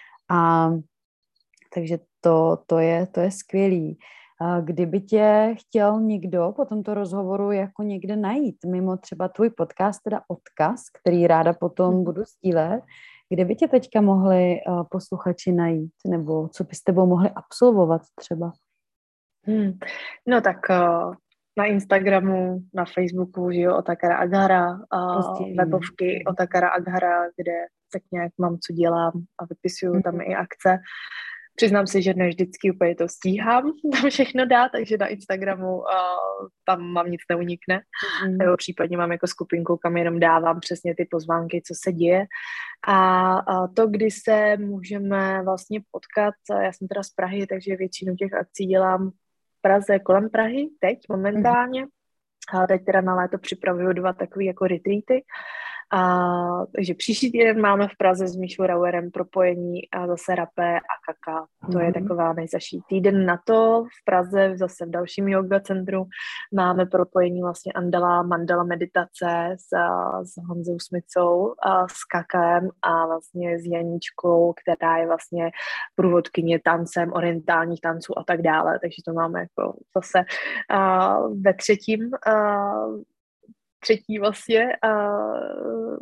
A takže to, to, je, to je skvělý. A kdyby tě chtěl někdo po tomto rozhovoru jako někde najít, mimo třeba tvůj podcast, teda odkaz, který ráda potom budu sdílet, kde by tě teďka mohli uh, posluchači najít, nebo co by s tebou mohli absolvovat třeba? Hmm. No tak uh, na Instagramu, na Facebooku, že jo, Otakara Aghara, uh, webovky Otakara Aghara, kde tak nějak mám, co dělám a vypisuju mm. tam i akce. Přiznám si, že ne vždycky úplně to stíhám tam všechno dát, takže na Instagramu uh, tam mám nic neunikne. Mm. Nebo případně mám jako skupinku, kam jenom dávám přesně ty pozvánky, co se děje. A, a to, kdy se můžeme vlastně potkat, já jsem teda z Prahy, takže většinu těch akcí dělám v Praze, kolem Prahy, teď momentálně. A teď teda na léto připravuju dva takové jako retreaty. A, takže příští týden máme v Praze s Míšou Rauerem propojení a zase rapé a kaka. To je taková nejzaší. Týden na to v Praze, zase v dalším yoga centru, máme propojení vlastně Andala Mandala meditace s, s Honzou Smicou a s kakem a vlastně s Janíčkou, která je vlastně průvodkyně tancem, orientálních tanců a tak dále. Takže to máme jako zase uh, ve třetím uh, třetí vlastně uh,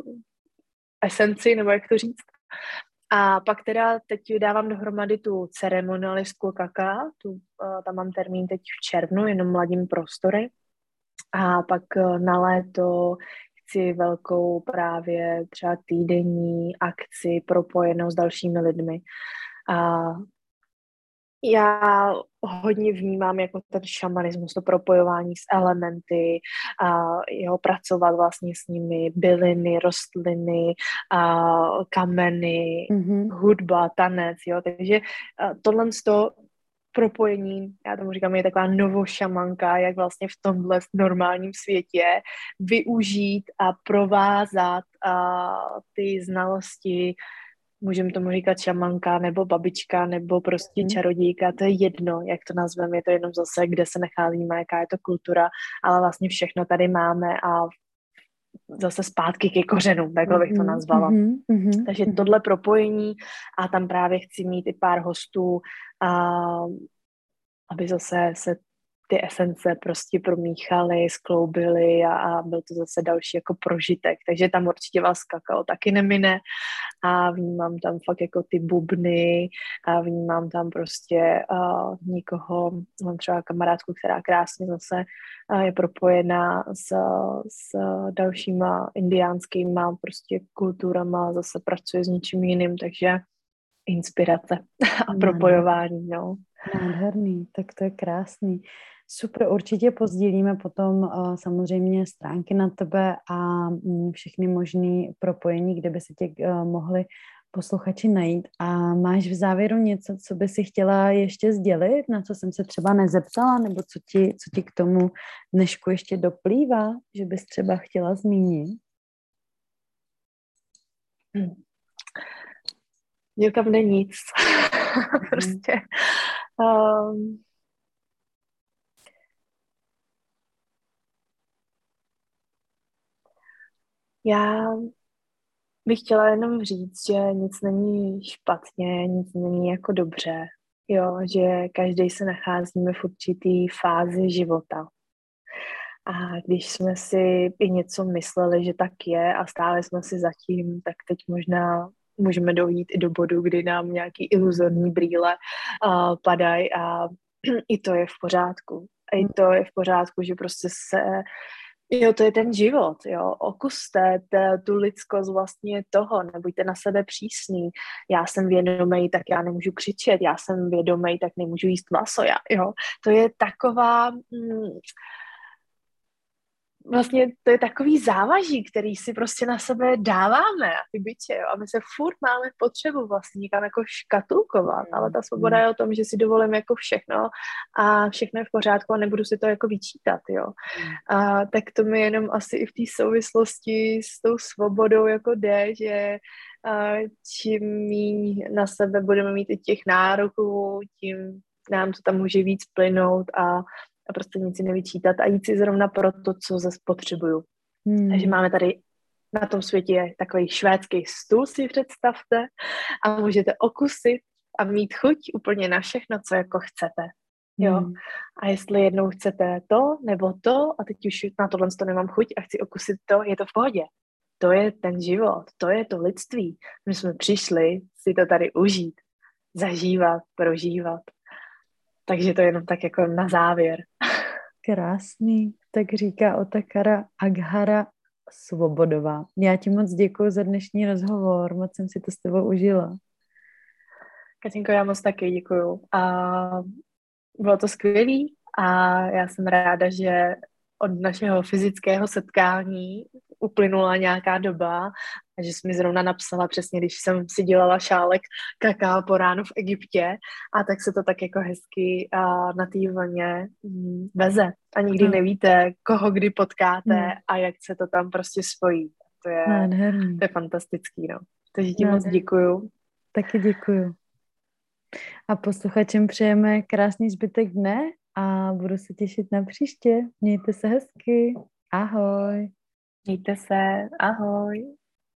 esenci, nebo jak to říct. A pak teda teď dávám dohromady tu ceremonialistku kaka, tu, uh, tam mám termín teď v červnu, jenom mladím prostory. A pak uh, na léto chci velkou právě třeba týdenní akci propojenou s dalšími lidmi. A já hodně vnímám jako ten šamanismus, to propojování s elementy, a jeho pracovat vlastně s nimi, byliny, rostliny, a kameny, mm-hmm. hudba, tanec, jo, takže tohle to propojení, já tomu říkám, je taková novošamanka, jak vlastně v tomhle normálním světě využít a provázat a ty znalosti. Můžeme tomu říkat šamanka, nebo babička, nebo prostě čarodějka, to je jedno, jak to nazveme, je to jenom zase, kde se nacházíme, jaká je to kultura, ale vlastně všechno tady máme a zase zpátky ke kořenům, takhle bych to nazvala. Mm-hmm, mm-hmm, Takže tohle propojení a tam právě chci mít i pár hostů, a, aby zase se ty esence prostě promíchaly, skloubily a, a byl to zase další jako prožitek. Takže tam určitě vás kakao taky nemine a vnímám tam fakt jako ty bubny a vnímám tam prostě uh, někoho, mám třeba kamarádku, která krásně zase uh, je propojená s, s dalšíma indiánskýma prostě kulturama, zase pracuje s něčím jiným, takže inspirace a propojování, no. Nádherný, tak to je krásný. Super, určitě pozdílíme potom uh, samozřejmě stránky na tebe a um, všechny možné propojení, kde by se tě uh, mohli posluchači najít. A máš v závěru něco, co by si chtěla ještě sdělit, na co jsem se třeba nezeptala, nebo co ti, co ti k tomu dnešku ještě doplývá, že bys třeba chtěla zmínit? Hmm. Mně tam není nic. prostě. Um... Já bych chtěla jenom říct, že nic není špatně, nic není jako dobře, jo, že každý se nacházíme v určitý fázi života. A když jsme si i něco mysleli, že tak je a stále jsme si zatím, tak teď možná můžeme dojít i do bodu, kdy nám nějaký iluzorní brýle uh, padají a i to je v pořádku. A i to je v pořádku, že prostě se Jo, to je ten život, jo, okuste te, tu lidskost vlastně toho, nebuďte na sebe přísný, já jsem vědomý, tak já nemůžu křičet, já jsem vědomý, tak nemůžu jíst maso, já, jo, to je taková, mm, vlastně to je takový závaží, který si prostě na sebe dáváme a ty byče, jo, a my se furt máme potřebu vlastně někam jako škatulkovat, ale ta svoboda je o tom, že si dovolím jako všechno a všechno je v pořádku a nebudu si to jako vyčítat, jo. A tak to mi jenom asi i v té souvislosti s tou svobodou jako jde, že a čím míň na sebe budeme mít i těch nároků, tím nám to tam může víc plynout a a prostě nic si nevyčítat a jít si zrovna pro to, co zase potřebuju. Hmm. Takže máme tady na tom světě takový švédský stůl, si představte, a můžete okusit a mít chuť úplně na všechno, co jako chcete. Jo? Hmm. A jestli jednou chcete to nebo to a teď už na tohle to nemám chuť a chci okusit to, je to v pohodě. To je ten život, to je to lidství. My jsme přišli si to tady užít, zažívat, prožívat. Takže to je jenom tak jako na závěr. Krásný, tak říká Otakara Aghara Svobodová. Já ti moc děkuji za dnešní rozhovor, moc jsem si to s tebou užila. Katinko, já moc taky děkuju. A bylo to skvělý a já jsem ráda, že od našeho fyzického setkání uplynula nějaká doba a že jsi mi zrovna napsala přesně, když jsem si dělala šálek kaká po ránu v Egyptě a tak se to tak jako hezky a na té vlně mm, veze. A nikdy hmm. nevíte, koho kdy potkáte hmm. a jak se to tam prostě spojí. To je, to je fantastický, no. Takže ti moc děkuju. Taky děkuju. A posluchačům přejeme krásný zbytek dne a budu se těšit na příště. Mějte se hezky. Ahoj. Mějte se. Ahoj.